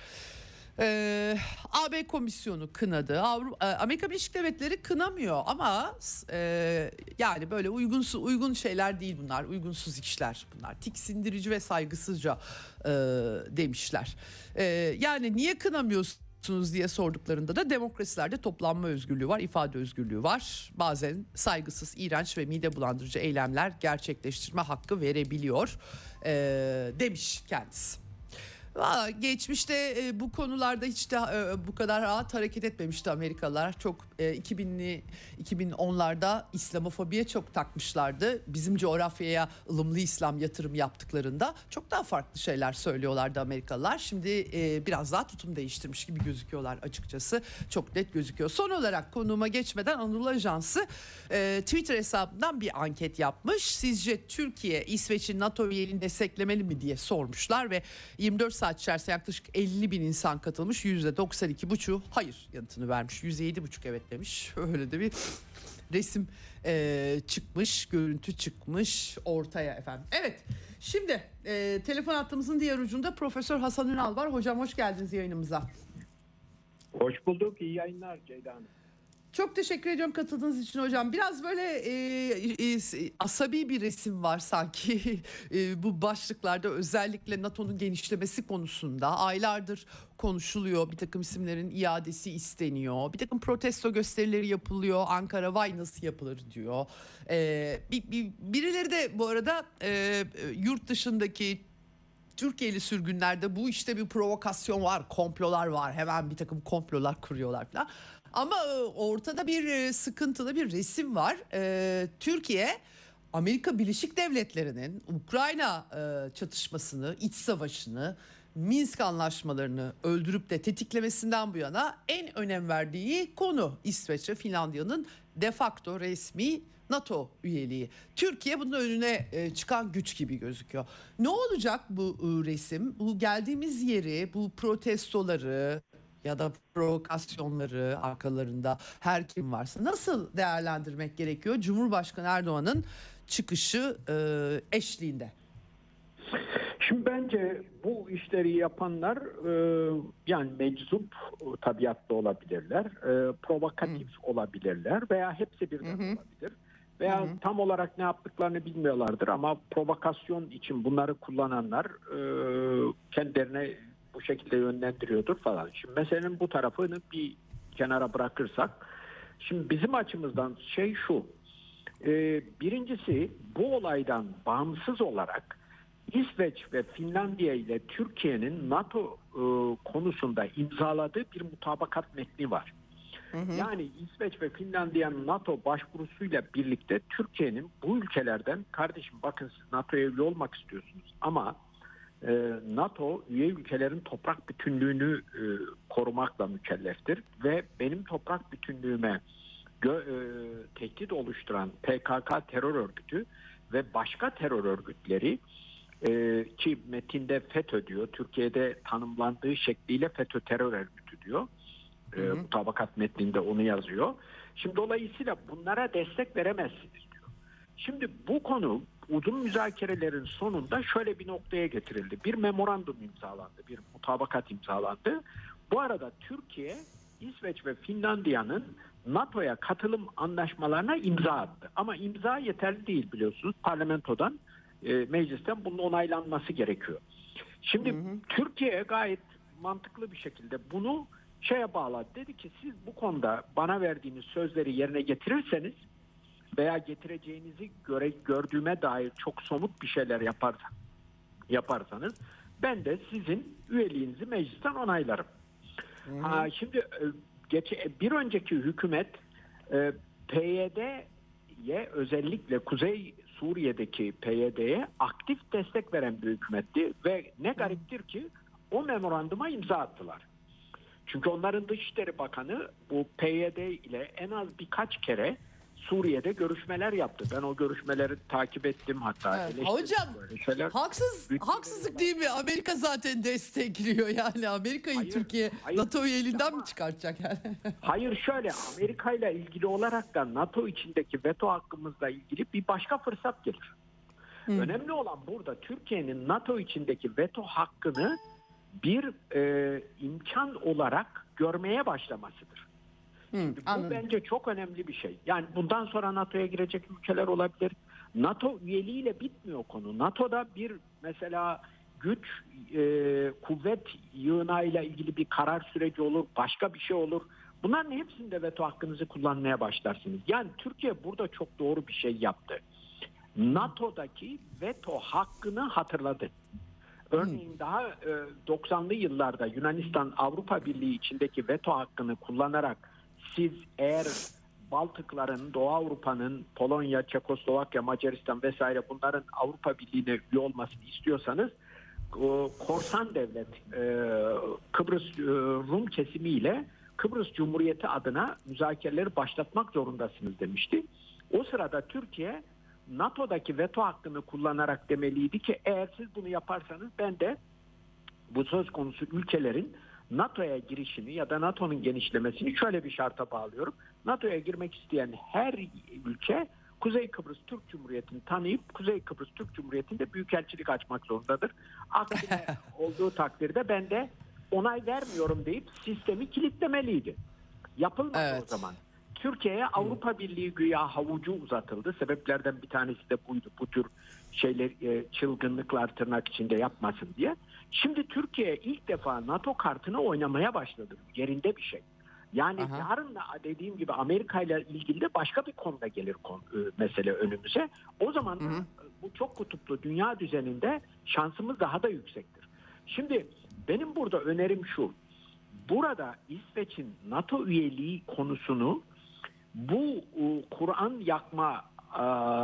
[SPEAKER 2] Ee, A B Komisyonu kınadı. Avrupa, Amerika Birleşik Devletleri kınamıyor ama e, yani böyle uygunsuz uygun şeyler değil bunlar. Uygunsuz işler bunlar. Tiksindirici ve saygısızca e, demişler. E, yani niye kınamıyorsunuz diye sorduklarında da demokrasilerde toplanma özgürlüğü var, ifade özgürlüğü var. Bazen saygısız, iğrenç ve mide bulandırıcı eylemler gerçekleştirme hakkı verebiliyor e, demiş kendisi. Valla geçmişte e, bu konularda hiç de e, bu kadar rahat hareket etmemişti Amerikalılar. Çok e, iki binli iki bin onlarda İslamofobiye çok takmışlardı. Bizim coğrafyaya ılımlı İslam yatırım yaptıklarında çok daha farklı şeyler söylüyorlardı Amerikalılar. Şimdi e, biraz daha tutum değiştirmiş gibi gözüküyorlar açıkçası. Çok net gözüküyor. Son olarak konuğuma geçmeden Anadolu Ajansı e, Twitter hesabından bir anket yapmış. Sizce Türkiye İsveç'in NATO üyeliğini desteklemeli mi diye sormuşlar ve yirmi dört saat içerisinde yaklaşık elli bin insan katılmış. yüzde doksan iki buçuğu hayır yanıtını vermiş. yüzde yedi buçuk evet demiş. Öyle de bir resim e, çıkmış, görüntü çıkmış ortaya efendim. Evet, Şimdi e, telefon hattımızın diğer ucunda Profesör Hasan Ünal var. Hocam hoş geldiniz yayınımıza.
[SPEAKER 3] Hoş bulduk. İyi yayınlar Ceyda Hanım.
[SPEAKER 2] Çok teşekkür ediyorum katıldığınız için hocam. Biraz böyle e, e, asabi bir resim var sanki e, bu başlıklarda, özellikle NATO'nun genişlemesi konusunda aylardır konuşuluyor. Bir takım isimlerin iadesi isteniyor. Bir takım protesto gösterileri yapılıyor. Ankara vay nasıl yapılır diyor. E, bir, bir, birileri de bu arada e, yurt dışındaki Türkiye'li sürgünlerde bu işte bir provokasyon var, komplolar var. Hemen bir takım komplolar kuruyorlar falan. Ama ortada bir sıkıntılı bir resim var. Ee, Türkiye, Amerika Birleşik Devletleri'nin Ukrayna e, çatışmasını, iç savaşını, Minsk anlaşmalarını öldürüp de tetiklemesinden bu yana en önem verdiği konu İsveç ve Finlandiya'nın de facto resmi NATO üyeliği. Türkiye bunun önüne e, çıkan güç gibi gözüküyor. Ne olacak bu e, resim? Bu geldiğimiz yeri, bu protestoları ya da provokasyonları arkalarında her kim varsa nasıl değerlendirmek gerekiyor Cumhurbaşkanı Erdoğan'ın çıkışı e, eşliğinde?
[SPEAKER 3] Şimdi bence bu işleri yapanlar e, yani meczup tabiatlı olabilirler, e, provokatif Hı. olabilirler veya hepsi birden Hı. olabilir. Veya Hı. tam olarak ne yaptıklarını bilmiyorlardır ama provokasyon için bunları kullananlar e, kendilerine bu şekilde yönlendiriyordur falan. Şimdi meselenin bu tarafını bir kenara bırakırsak, şimdi bizim açımızdan şey şu, e, birincisi bu olaydan bağımsız olarak İsveç ve Finlandiya ile Türkiye'nin NATO e, konusunda imzaladığı bir mutabakat metni var. Hı hı. Yani İsveç ve Finlandiya'nın NATO başvurusuyla birlikte Türkiye'nin bu ülkelerden, kardeşim bakın siz NATO'ya üye olmak istiyorsunuz ama NATO üye ülkelerin toprak bütünlüğünü e, korumakla mükelleftir ve benim toprak bütünlüğüme gö, e, tehdit oluşturan P K K terör örgütü ve başka terör örgütleri e, ki metinde FETÖ diyor, Türkiye'de tanımlandığı şekliyle FETÖ terör örgütü diyor. E, mutabakat metninde onu yazıyor. Şimdi dolayısıyla bunlara destek veremezsiniz diyor. Şimdi bu konu uzun müzakerelerin sonunda şöyle bir noktaya getirildi. Bir memorandum imzalandı, bir mutabakat imzalandı. Bu arada Türkiye, İsveç ve Finlandiya'nın NATO'ya katılım anlaşmalarına imza attı. Ama imza yeterli değil biliyorsunuz. Parlamentodan, e, meclisten bunun onaylanması gerekiyor. Şimdi hı hı. Türkiye gayet mantıklı bir şekilde bunu şeye bağladı. Dedi ki siz bu konuda bana verdiğiniz sözleri yerine getirirseniz veya getireceğinizi göre, gördüğüme dair çok somut bir şeyler yaparsan, yaparsanız ben de sizin üyeliğinizi meclisten onaylarım. Hmm. Ha, şimdi geç, bir önceki hükümet e, P Y D'ye, özellikle Kuzey Suriye'deki P Y D'ye aktif destek veren bir hükümetti ve ne gariptir ki o memoranduma imza attılar. Çünkü onların Dışişleri Bakanı bu P Y D ile en az birkaç kere Suriye'de görüşmeler yaptı. Ben o görüşmeleri takip ettim hatta.
[SPEAKER 2] Evet. Hocam haksız haksızlık değil mi? Amerika zaten destekliyor yani. Amerika'yı hayır, Türkiye hayır, NATO üyeliğinden mi çıkartacak yani?
[SPEAKER 3] Hayır şöyle, Amerika ile ilgili olarak da NATO içindeki veto hakkımızla ilgili bir başka fırsat gelir. Hmm. Önemli olan burada Türkiye'nin NATO içindeki veto hakkını bir e, imkan olarak görmeye başlamasıdır. Hmm, bu anladım. Bence çok önemli bir şey. Yani bundan sonra NATO'ya girecek ülkeler olabilir. NATO üyeliğiyle bitmiyor konu. NATO'da bir mesela güç, e, kuvvet yığınağıyla ilgili bir karar süreci olur, başka bir şey olur. Bunların hepsinde veto hakkınızı kullanmaya başlarsınız. Yani Türkiye burada çok doğru bir şey yaptı. NATO'daki veto hakkını hatırladı. Örneğin daha e, doksanlı yıllarda Yunanistan Avrupa Birliği içindeki veto hakkını kullanarak siz eğer Baltıkların, Doğu Avrupa'nın, Polonya, Çekoslovakya, Macaristan vesaire bunların Avrupa Birliği'ne üye olmasını istiyorsanız korsan devlet Kıbrıs Rum kesimiyle Kıbrıs Cumhuriyeti adına müzakereleri başlatmak zorundasınız demişti. O sırada Türkiye NATO'daki veto hakkını kullanarak demeliydi ki eğer siz bunu yaparsanız ben de bu söz konusu ülkelerin NATO'ya girişini ya da NATO'nun genişlemesini şöyle bir şarta bağlıyorum. NATO'ya girmek isteyen her ülke Kuzey Kıbrıs Türk Cumhuriyeti'ni tanıyıp Kuzey Kıbrıs Türk Cumhuriyeti'nde büyükelçilik açmak zorundadır. Aksine olduğu takdirde ben de onay vermiyorum deyip sistemi kilitlemeliydi. Yapılmadı
[SPEAKER 2] Evet.
[SPEAKER 3] o zaman. Türkiye'ye Avrupa Birliği güya havucu uzatıldı. Sebeplerden bir tanesi de buydu. Bu tür şeyler, e, çılgınlıklar tırnak içinde yapmasın diye. Şimdi Türkiye ilk defa NATO kartını oynamaya başladı. Yerinde bir şey. Yani
[SPEAKER 2] Aha.
[SPEAKER 3] yarın da dediğim gibi Amerika ile ilgili de başka bir konuda gelir konu, e, mesele önümüze. O zaman da
[SPEAKER 2] Hı hı.
[SPEAKER 3] bu çok kutuplu dünya düzeninde şansımız daha da yüksektir. Şimdi benim burada önerim şu. Burada İsveç'in NATO üyeliği konusunu bu e, Kur'an yakma e,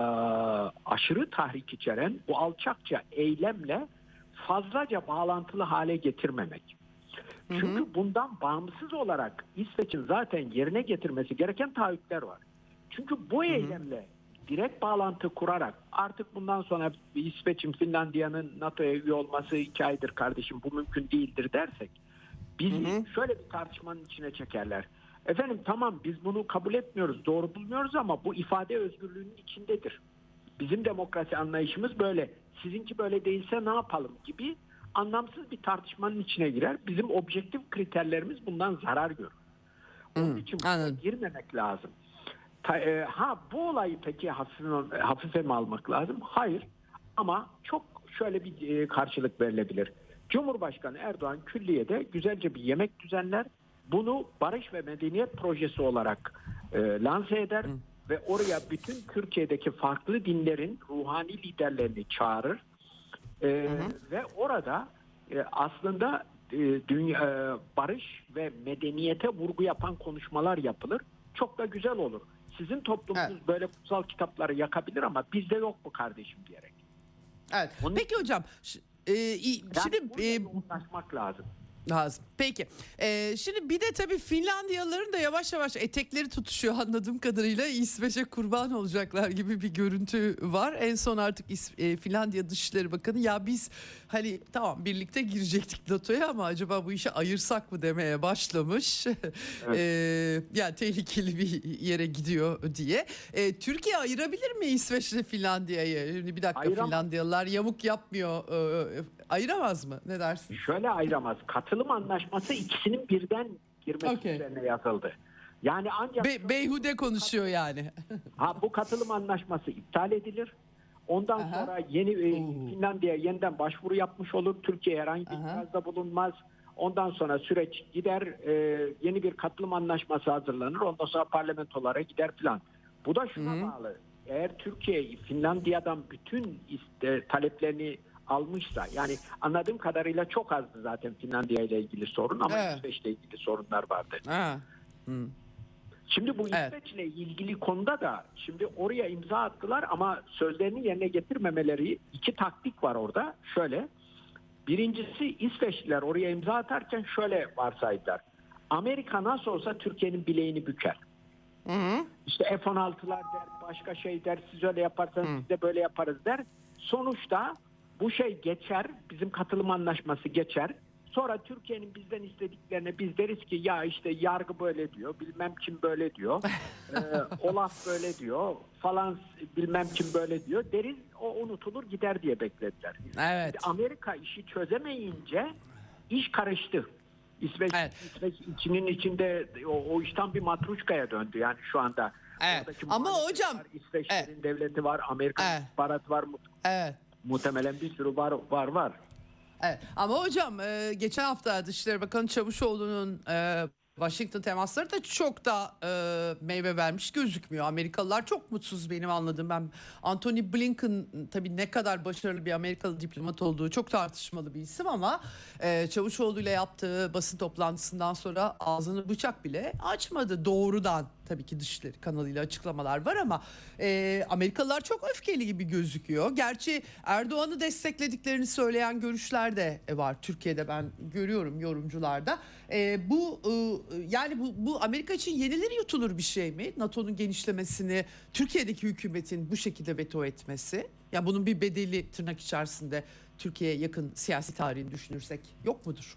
[SPEAKER 3] aşırı tahrik içeren bu alçakça eylemle fazlaca bağlantılı hale getirmemek. Çünkü hı hı. bundan bağımsız olarak İsveç'in zaten yerine getirmesi gereken taahhütler var. Çünkü bu eylemle hı hı. direkt bağlantı kurarak artık bundan sonra İsveç'in Finlandiya'nın NATO'ya üye olması iki aydır kardeşim bu mümkün değildir dersek bizi hı hı. şöyle bir tartışmanın içine çekerler. Efendim tamam biz bunu kabul etmiyoruz, doğru bulmuyoruz ama bu ifade özgürlüğünün içindedir. Bizim demokrasi anlayışımız böyle. Sizinki böyle değilse ne yapalım gibi anlamsız bir tartışmanın içine girer. Bizim objektif kriterlerimiz bundan zarar görür. Onun hmm, için girmemek lazım. Ta, e, ha bu olayı peki hafife, hafife mi almak lazım? Hayır. Ama çok şöyle bir e, karşılık verilebilir. Cumhurbaşkanı Erdoğan külliyede güzelce bir yemek düzenler. Bunu barış ve medeniyet projesi olarak e, lanse eder hmm. ve oraya bütün Türkiye'deki farklı dinlerin ruhani liderlerini çağırır. Ee, hı hı. Ve orada e, aslında e, dünya e, barış ve medeniyete vurgu yapan konuşmalar yapılır. Çok da güzel olur. Sizin toplumunuz evet. böyle kutsal kitapları yakabilir ama bizde yok mu kardeşim diyerek.
[SPEAKER 2] Evet. Onun Peki için, hocam. Ş- e, şimdi
[SPEAKER 3] e, ulaşmak lazım.
[SPEAKER 2] Lazım. Peki. Ee, şimdi bir de tabii Finlandiyalıların da yavaş yavaş etekleri tutuşuyor anladığım kadarıyla. İsveç'e kurban olacaklar gibi bir görüntü var. En son artık İs- e, Finlandiya Dışişleri Bakanı ya biz hani tamam birlikte girecektik NATO'ya ama acaba bu işi ayırsak mı demeye başlamış. Evet. ee, yani tehlikeli bir yere gidiyor diye. Ee, Türkiye ayırabilir mi İsveç'le Finlandiya'yı? Şimdi bir dakika Ayıram- Finlandiyalılar yamuk yapmıyor. Ee, ayıramaz mı? Ne dersin?
[SPEAKER 3] Şöyle ayıramaz. Katılım anlaşması ikisinin birden girmesi okay. üzerine yazıldı. Yani ancak
[SPEAKER 2] Be- beyhude konuşuyor yani.
[SPEAKER 3] Ha bu katılım anlaşması iptal edilir. Ondan Aha. sonra yeni e, Finlandiya yeniden başvuru yapmış olur. Türkiye herhangi bir itirazda bulunmaz. Ondan sonra süreç gider. E, yeni bir katılım anlaşması hazırlanır. Ondan sonra parlamentolara gider falan. Bu da şuna Hı-hı. bağlı. Eğer Türkiye Finlandiya'dan bütün iste, taleplerini almışsa yani anladığım kadarıyla çok azdı zaten Finlandiya ile ilgili sorun ama evet. İsveç ile ilgili sorunlar vardı. Hmm. Şimdi bu İsveç evet. ile ilgili konuda da şimdi oraya imza attılar ama sözlerini yerine getirmemeleri iki taktik var orada. Şöyle birincisi İsveçliler oraya imza atarken şöyle varsaydılar. Amerika nasıl olsa Türkiye'nin bileğini büker. Hı hı. İşte F on altılar der başka şey der siz öyle yaparsanız hı. biz de böyle yaparız der. Sonuçta bu şey geçer, bizim katılım anlaşması geçer. Sonra Türkiye'nin bizden istediklerine biz deriz ki ya işte yargı böyle diyor, bilmem kim böyle diyor, ee, Olaf böyle diyor, falan bilmem kim böyle diyor deriz. O unutulur gider diye beklediler.
[SPEAKER 2] Evet.
[SPEAKER 3] Şimdi Amerika işi çözemeyince iş karıştı. İsveç, evet. İsveç içinin içinde o, o işten bir matruşkaya döndü yani şu anda.
[SPEAKER 2] Evet. Ama hocam.
[SPEAKER 3] Var, İsveçlerin evet. devleti var, Amerika'nın
[SPEAKER 2] evet.
[SPEAKER 3] istihbaratı var.
[SPEAKER 2] Evet.
[SPEAKER 3] Muhtemelen bir sürü var var var.
[SPEAKER 2] Evet. Ama hocam e, geçen hafta Dışişleri Bakanı Çavuşoğlu'nun e, Washington temasları da çok da e, meyve vermiş gözükmüyor. Amerikalılar çok mutsuz benim anladığım. Ben Antony Blinken tabii ne kadar başarılı bir Amerikalı diplomat olduğu çok tartışmalı bir isim ama e, Çavuşoğlu ile yaptığı basın toplantısından sonra ağzını bıçak bile açmadı doğrudan. Tabii ki Dışişleri kanalıyla açıklamalar var ama e, Amerikalılar çok öfkeli gibi gözüküyor. Gerçi Erdoğan'ı desteklediklerini söyleyen görüşler de var Türkiye'de ben görüyorum yorumcularda. E, bu e, yani bu, bu Amerika için yenilir yutulur bir şey mi? NATO'nun genişlemesini Türkiye'deki hükümetin bu şekilde veto etmesi. Ya yani bunun bir bedeli tırnak içerisinde Türkiye'ye yakın siyasi tarihini düşünürsek yok mudur?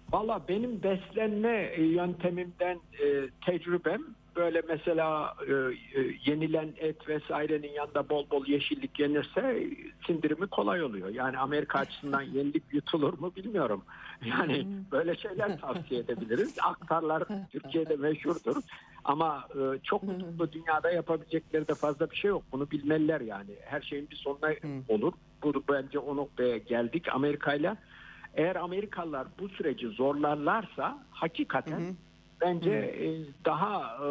[SPEAKER 3] Valla benim beslenme yöntemimden e, tecrübem böyle mesela e, e, yenilen et vesairenin yanında bol bol yeşillik yenirse sindirimi kolay oluyor. Yani Amerika açısından yenilip yutulur mu bilmiyorum. Yani böyle şeyler tavsiye edebiliriz. Aktarlar Türkiye'de meşhurdur. Ama e, çok mutlu dünyada yapabilecekleri de fazla bir şey yok. Bunu bilmeliler yani. Her şeyin bir sonuna olur. Bu bence o noktaya geldik Amerika'yla. Eğer Amerikalılar bu süreci zorlarlarsa hakikaten hı hı. bence e, daha e,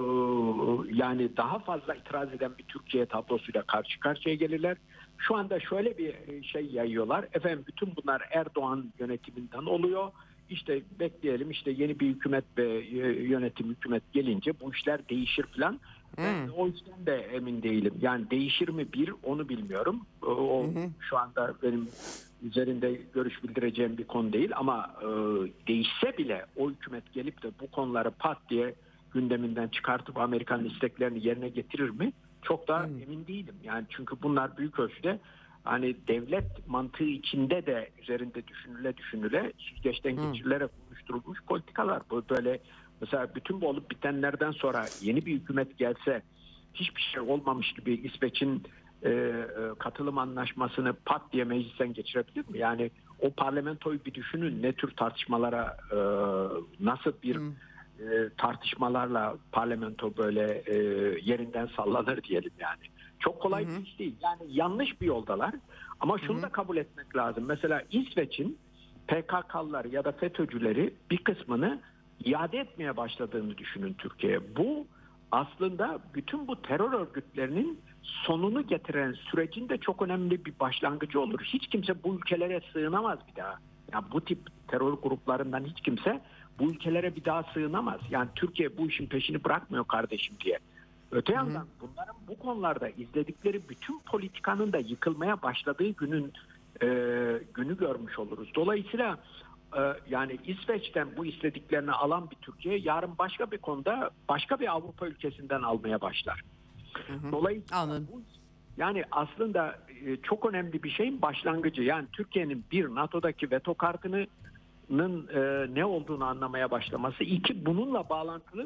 [SPEAKER 3] yani daha fazla itiraz eden bir Türkiye tablosuyla karşı karşıya gelirler. Şu anda şöyle bir şey yayıyorlar. Efendim bütün bunlar Erdoğan yönetiminden oluyor. İşte bekleyelim işte yeni bir hükümet ve yönetim hükümet gelince bu işler değişir falan. Ben o yüzden de emin değilim. Yani değişir mi bir onu bilmiyorum. O hı hı. şu anda benim üzerinde görüş bildireceğim bir konu değil ama e, değişse bile o hükümet gelip de bu konuları pat diye gündeminden çıkartıp Amerikan isteklerini yerine getirir mi? Çok da hmm. emin değilim. Yani çünkü bunlar büyük ölçüde hani devlet mantığı içinde de üzerinde düşünüle düşünüle süzgeçten hmm. geçirilerek oluşturulmuş politikalar. Bu böyle mesela bütün bu olup bitenlerden sonra yeni bir hükümet gelse hiçbir şey olmamış gibi İsveç'in e, e, katılım anlaşmasını pat diye meclisten geçirebilir mi? Yani o parlamentoyu bir düşünün, ne tür tartışmalara e, nasıl bir hmm. e, tartışmalarla parlamento böyle e, yerinden sallanır diyelim yani. Çok kolay hmm. bir iş değil. Yani yanlış bir yoldalar ama şunu hmm. da kabul etmek lazım. Mesela İsveç'in P K K'lılar ya da FETÖ'cüleri bir kısmını iade etmeye başladığını düşünün Türkiye'ye. Bu aslında bütün bu terör örgütlerinin sonunu getiren sürecin de çok önemli bir başlangıcı olur. Hiç kimse bu ülkelere sığınamaz bir daha. Yani bu tip terör gruplarından hiç kimse bu ülkelere bir daha sığınamaz. Yani Türkiye bu işin peşini bırakmıyor kardeşim diye. Öte yandan bunların bu konularda izledikleri bütün politikanın da yıkılmaya başladığı günün e, günü görmüş oluruz. Dolayısıyla yani İsveç'ten bu istediklerini alan bir Türkiye yarın başka bir konuda başka bir Avrupa ülkesinden almaya başlar. Hı hı. Dolayısıyla bu, yani aslında çok önemli bir şeyin başlangıcı. Yani Türkiye'nin bir NATO'daki veto kartının e, ne olduğunu anlamaya başlaması. İki bununla bağlantılı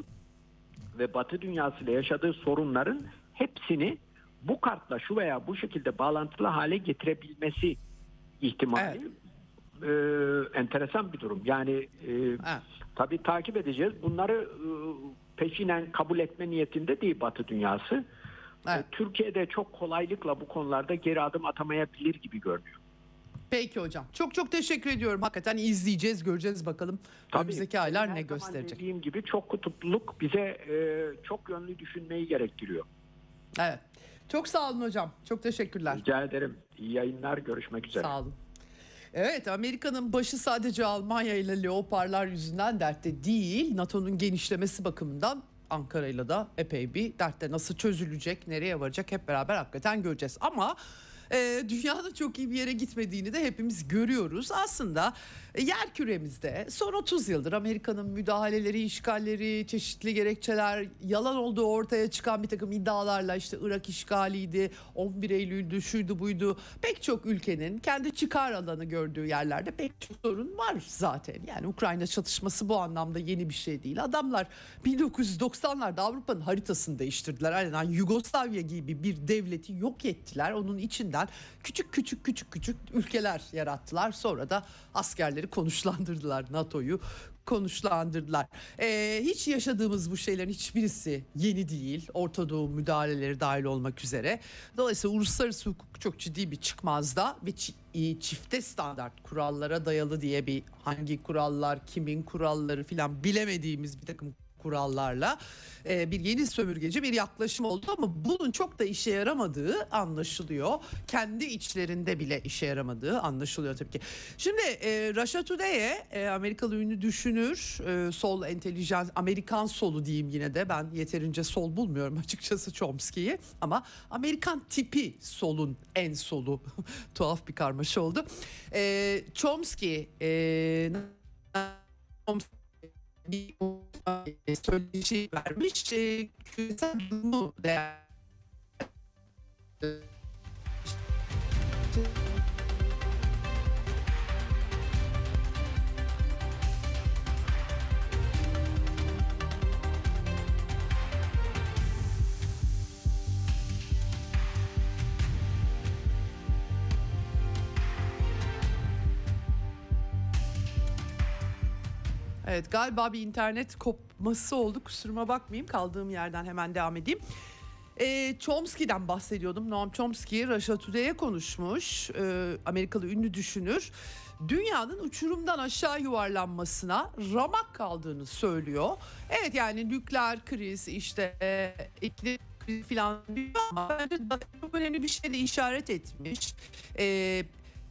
[SPEAKER 3] ve Batı dünyasıyla yaşadığı sorunların hepsini bu kartla şu veya bu şekilde bağlantılı hale getirebilmesi ihtimali. Evet. Ee, enteresan bir durum. Yani e, evet. tabii takip edeceğiz. Bunları e, peşinen kabul etme niyetinde değil Batı dünyası. Evet. E, Türkiye'de çok kolaylıkla bu konularda geri adım atamayabilir gibi görünüyor.
[SPEAKER 2] Peki hocam. Çok çok teşekkür ediyorum. Hakikaten izleyeceğiz, göreceğiz bakalım. Tabii, önümüzdeki aylar ne gösterecek.
[SPEAKER 3] Dediğim gibi çok kutupluluk bize e, çok yönlü düşünmeyi gerektiriyor.
[SPEAKER 2] Evet. Çok sağ olun hocam. Çok teşekkürler.
[SPEAKER 3] Rica ederim. İyi yayınlar. Görüşmek üzere.
[SPEAKER 2] Sağ olun. Evet, Amerika'nın başı sadece Almanya ile Leopardlar yüzünden dertte değil. NATO'nun genişlemesi bakımından Ankara ile de epey bir dertte, nasıl çözülecek, nereye varacak hep beraber hakikaten göreceğiz. Ama e, dünyanın çok iyi bir yere gitmediğini de hepimiz görüyoruz. Aslında e, yer küremizde son otuz yıldır Amerika'nın müdahaleleri, işgalleri, çeşitli gerekçeler, yalan olduğu ortaya çıkan bir takım iddialarla, işte Irak işgaliydi, on bir Eylül'dü, şuydu buydu, pek çok ülkenin kendi çıkar alanı gördüğü yerlerde pek çok sorun var zaten. Yani Ukrayna çatışması bu anlamda yeni bir şey değil. Adamlar bin dokuz yüz doksanlarda Avrupa'nın haritasını değiştirdiler. Aynen Yugoslavya gibi bir devleti yok ettiler. Onun içinden küçük küçük küçük küçük ülkeler yarattılar. Sonra da askerleri konuşlandırdılar, NATO'yu konuşlandırdılar. Ee, hiç yaşadığımız bu şeylerin hiçbirisi yeni değil. Orta Doğu müdahaleleri dahil olmak üzere. Dolayısıyla uluslararası hukuk çok ciddi bir çıkmazda ve çifte standart kurallara dayalı diye bir, hangi kurallar, kimin kuralları filan bilemediğimiz bir takım kurallarla e, bir yeni sömürgeci bir yaklaşım oldu ama bunun çok da işe yaramadığı anlaşılıyor. Kendi içlerinde bile işe yaramadığı anlaşılıyor tabii ki. Şimdi e, Russia Today'e e, Amerikalı ünlü düşünür, e, sol entelijans, Amerikan solu diyeyim yine de, ben yeterince sol bulmuyorum açıkçası Chomsky'yi, ama Amerikan tipi solun en solu tuhaf bir karmaşa oldu. E, Chomsky e, bir söyleşi vermiş, e, küresel durumu değer Evet, galiba bir internet kopması oldu. Kusuruma bakmayayım. Kaldığım yerden hemen devam edeyim. E, Chomsky'den bahsediyordum. Noam Chomsky Russia Today'e konuşmuş. E, Amerikalı ünlü düşünür. Dünyanın uçurumdan aşağı yuvarlanmasına ramak kaldığını söylüyor. Evet, yani nükleer kriz, işte e, iklim krizi falan ama bence çok önemli bir şey de işaret etmiş. E,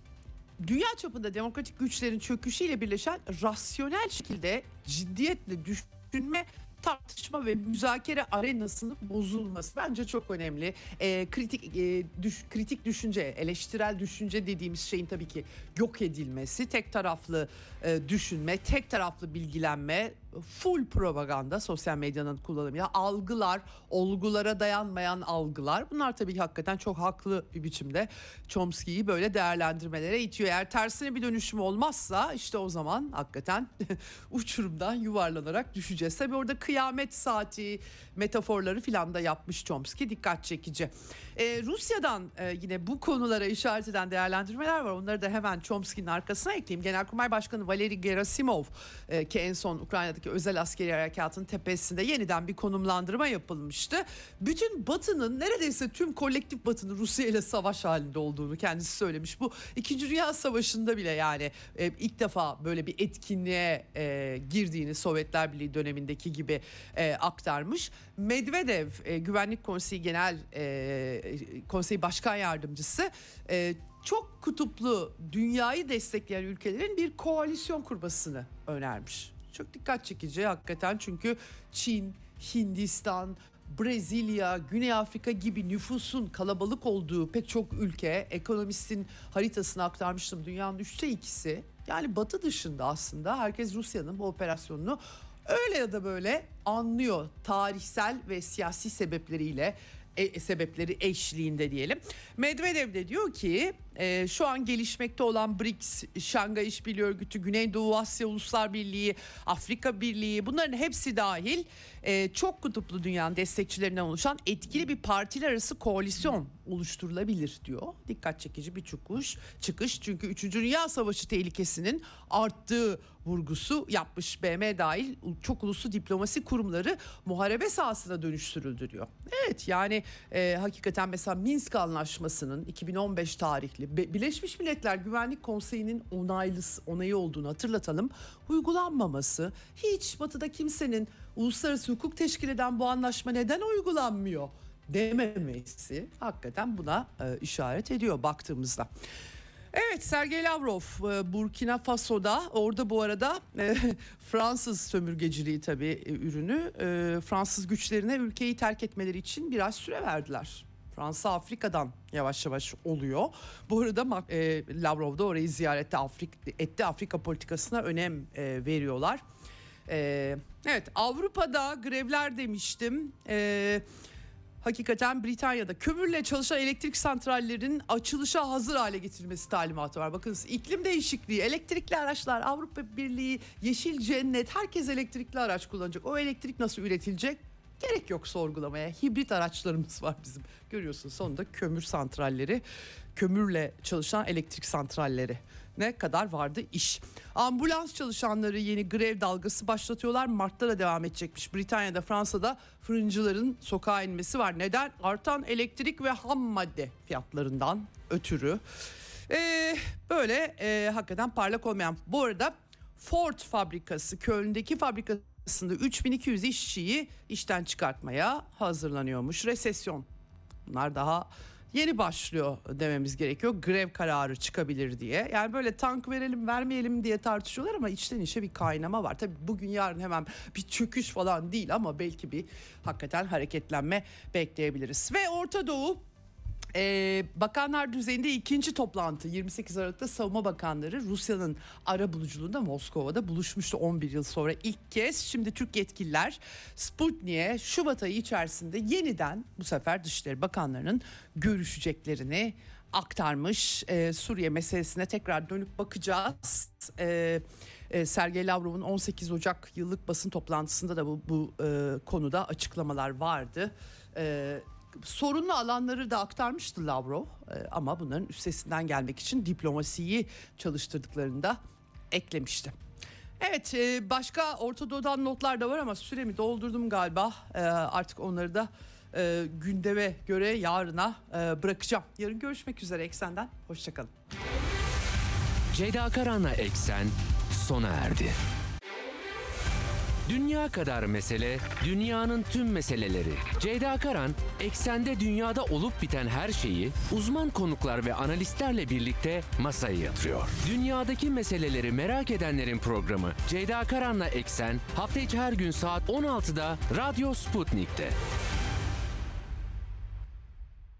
[SPEAKER 2] Dünya çapında demokratik güçlerin çöküşüyle birleşen rasyonel şekilde ciddiyetle düşünme, tartışma ve müzakere arenasının bozulması bence çok önemli. E, kritik e, düş, kritik düşünce, eleştirel düşünce dediğimiz şeyin tabii ki yok edilmesi, tek taraflı e, düşünme, tek taraflı bilgilenme, full propaganda, sosyal medyanın kullanımıyla algılar, olgulara dayanmayan algılar. Bunlar tabii ki hakikaten çok haklı bir biçimde Chomsky'yi böyle değerlendirmelere itiyor. Eğer tersine bir dönüşüm olmazsa işte o zaman hakikaten uçurumdan yuvarlanarak düşeceğiz. Tabii orada kıyamet saati metaforları filan da yapmış Chomsky, dikkat çekici. Ee, Rusya'dan e, yine bu konulara işaret eden değerlendirmeler var. Onları da hemen Chomsky'nin arkasına ekleyeyim. Genelkurmay Başkanı Valeri Gerasimov e, ki en son Ukrayna'daki özel askeri harekatın tepesinde yeniden bir konumlandırma yapılmıştı. Bütün Batı'nın, neredeyse tüm kolektif Batı'nın Rusya ile savaş halinde olduğunu kendisi söylemiş. Bu İkinci Dünya Savaşı'nda bile yani e, ilk defa böyle bir etkinliğe e, girdiğini Sovyetler Birliği dönemindeki gibi e, aktarmış. Medvedev e, Güvenlik Konseyi Genel e, Konseyi Başkan Yardımcısı e, çok kutuplu dünyayı destekleyen ülkelerin bir koalisyon kurmasını önermiş. Çok dikkat çekici hakikaten, çünkü Çin, Hindistan, Brezilya, Güney Afrika gibi nüfusun kalabalık olduğu pek çok ülke, Ekonomist'in haritasını aktarmıştım, dünyanın üçte ikisi yani Batı dışında aslında herkes Rusya'nın bu operasyonunu öyle ya da böyle anlıyor, tarihsel ve siyasi sebepleriyle. E, sebepleri eşliğinde diyelim. Medvedev de diyor ki e, şu an gelişmekte olan B R I C S, Şangay İşbirliği Örgütü, Güneydoğu Asya Uluslar Birliği, Afrika Birliği, bunların hepsi dahil e, çok kutuplu dünyanın destekçilerinden oluşan etkili bir partiler arası koalisyon oluşturulabilir diyor. Dikkat çekici bir çıkış. çıkış çünkü üçüncü Dünya Savaşı tehlikesinin arttığı vurgusu yapmış. B M dahil çok uluslu diplomasi kurumları muharebe sahasına dönüştürüldü diyor. Evet, yani e, hakikaten mesela Minsk Anlaşması'nın iki bin on beş tarihli Be- Birleşmiş Milletler Güvenlik Konseyi'nin onaylısı, onayı olduğunu hatırlatalım. Uygulanmaması, hiç Batı'da kimsenin uluslararası hukuk teşkil eden bu anlaşma neden uygulanmıyor dememesi hakikaten buna e, işaret ediyor baktığımızda. Evet, Sergey Lavrov Burkina Faso'da, orada bu arada e, Fransız sömürgeciliği tabii e, ürünü. E, Fransız güçlerine ülkeyi terk etmeleri için biraz süre verdiler. Fransa Afrika'dan yavaş yavaş oluyor. Bu arada e, Lavrov da orayı ziyarette Afrika, etti, Afrika politikasına önem e, veriyorlar. E, evet, Avrupa'da grevler demiştim. Evet. Hakikaten Britanya'da kömürle çalışan elektrik santrallerinin açılışa hazır hale getirilmesi talimatı var. Bakınız, iklim değişikliği, elektrikli araçlar, Avrupa Birliği, yeşil cennet, herkes elektrikli araç kullanacak. O elektrik nasıl üretilecek? Gerek yok sorgulamaya. Hibrit araçlarımız var bizim. Görüyorsunuz sonunda kömür santralleri, kömürle çalışan elektrik santralleri. Ne kadar vardı iş. Ambulans çalışanları yeni grev dalgası başlatıyorlar. Mart'ta da devam edecekmiş. Britanya'da, Fransa'da fırıncıların sokağa inmesi var. Neden? Artan elektrik ve ham madde fiyatlarından ötürü. Ee, böyle e, hakikaten parlak olmayan. Bu arada Ford fabrikası, Köln'deki fabrikasında üç bin iki yüz işçiyi işten çıkartmaya hazırlanıyormuş. Resesyon. Bunlar daha yeni başlıyor dememiz gerekiyor. Grev kararı çıkabilir diye. Yani böyle tank verelim vermeyelim diye tartışıyorlar ama içten içe bir kaynama var. Tabii bugün yarın hemen bir çöküş falan değil ama belki bir hakikaten hareketlenme bekleyebiliriz. Ve Orta Doğu Ee, bakanlar düzeyinde ikinci toplantı yirmi sekiz Aralık'ta Savunma Bakanları Rusya'nın ara buluculuğunda Moskova'da buluşmuştu on bir yıl sonra ilk kez. Şimdi Türk yetkililer Sputnik'e Şubat ayı içerisinde yeniden bu sefer Dışişleri Bakanlarının görüşeceklerini aktarmış. Ee, Suriye meselesine tekrar dönüp bakacağız. Ee, e, Sergey Lavrov'un on sekiz Ocak yıllık basın toplantısında da bu, bu e, konuda açıklamalar vardı. E, Sorunlu alanları da aktarmıştı Lavrov ama bunların üstesinden gelmek için diplomasiyi çalıştırdıklarını da eklemişti. Evet, e, başka Orta Doğu'dan notlar da var ama süremi doldurdum galiba. E, artık onları da e, gündeme göre yarına e, bırakacağım. Yarın görüşmek üzere Eksen'den. Hoşçakalın.
[SPEAKER 1] Ceyda Karan'la Eksen sona erdi. Dünya kadar mesele, dünyanın tüm meseleleri. Ceyda Karan, Eksen'de dünyada olup biten her şeyi uzman konuklar ve analistlerle birlikte masaya yatırıyor. Dünyadaki meseleleri merak edenlerin programı Ceyda Karan'la Eksen hafta içi her gün saat on altıda Radyo Sputnik'te.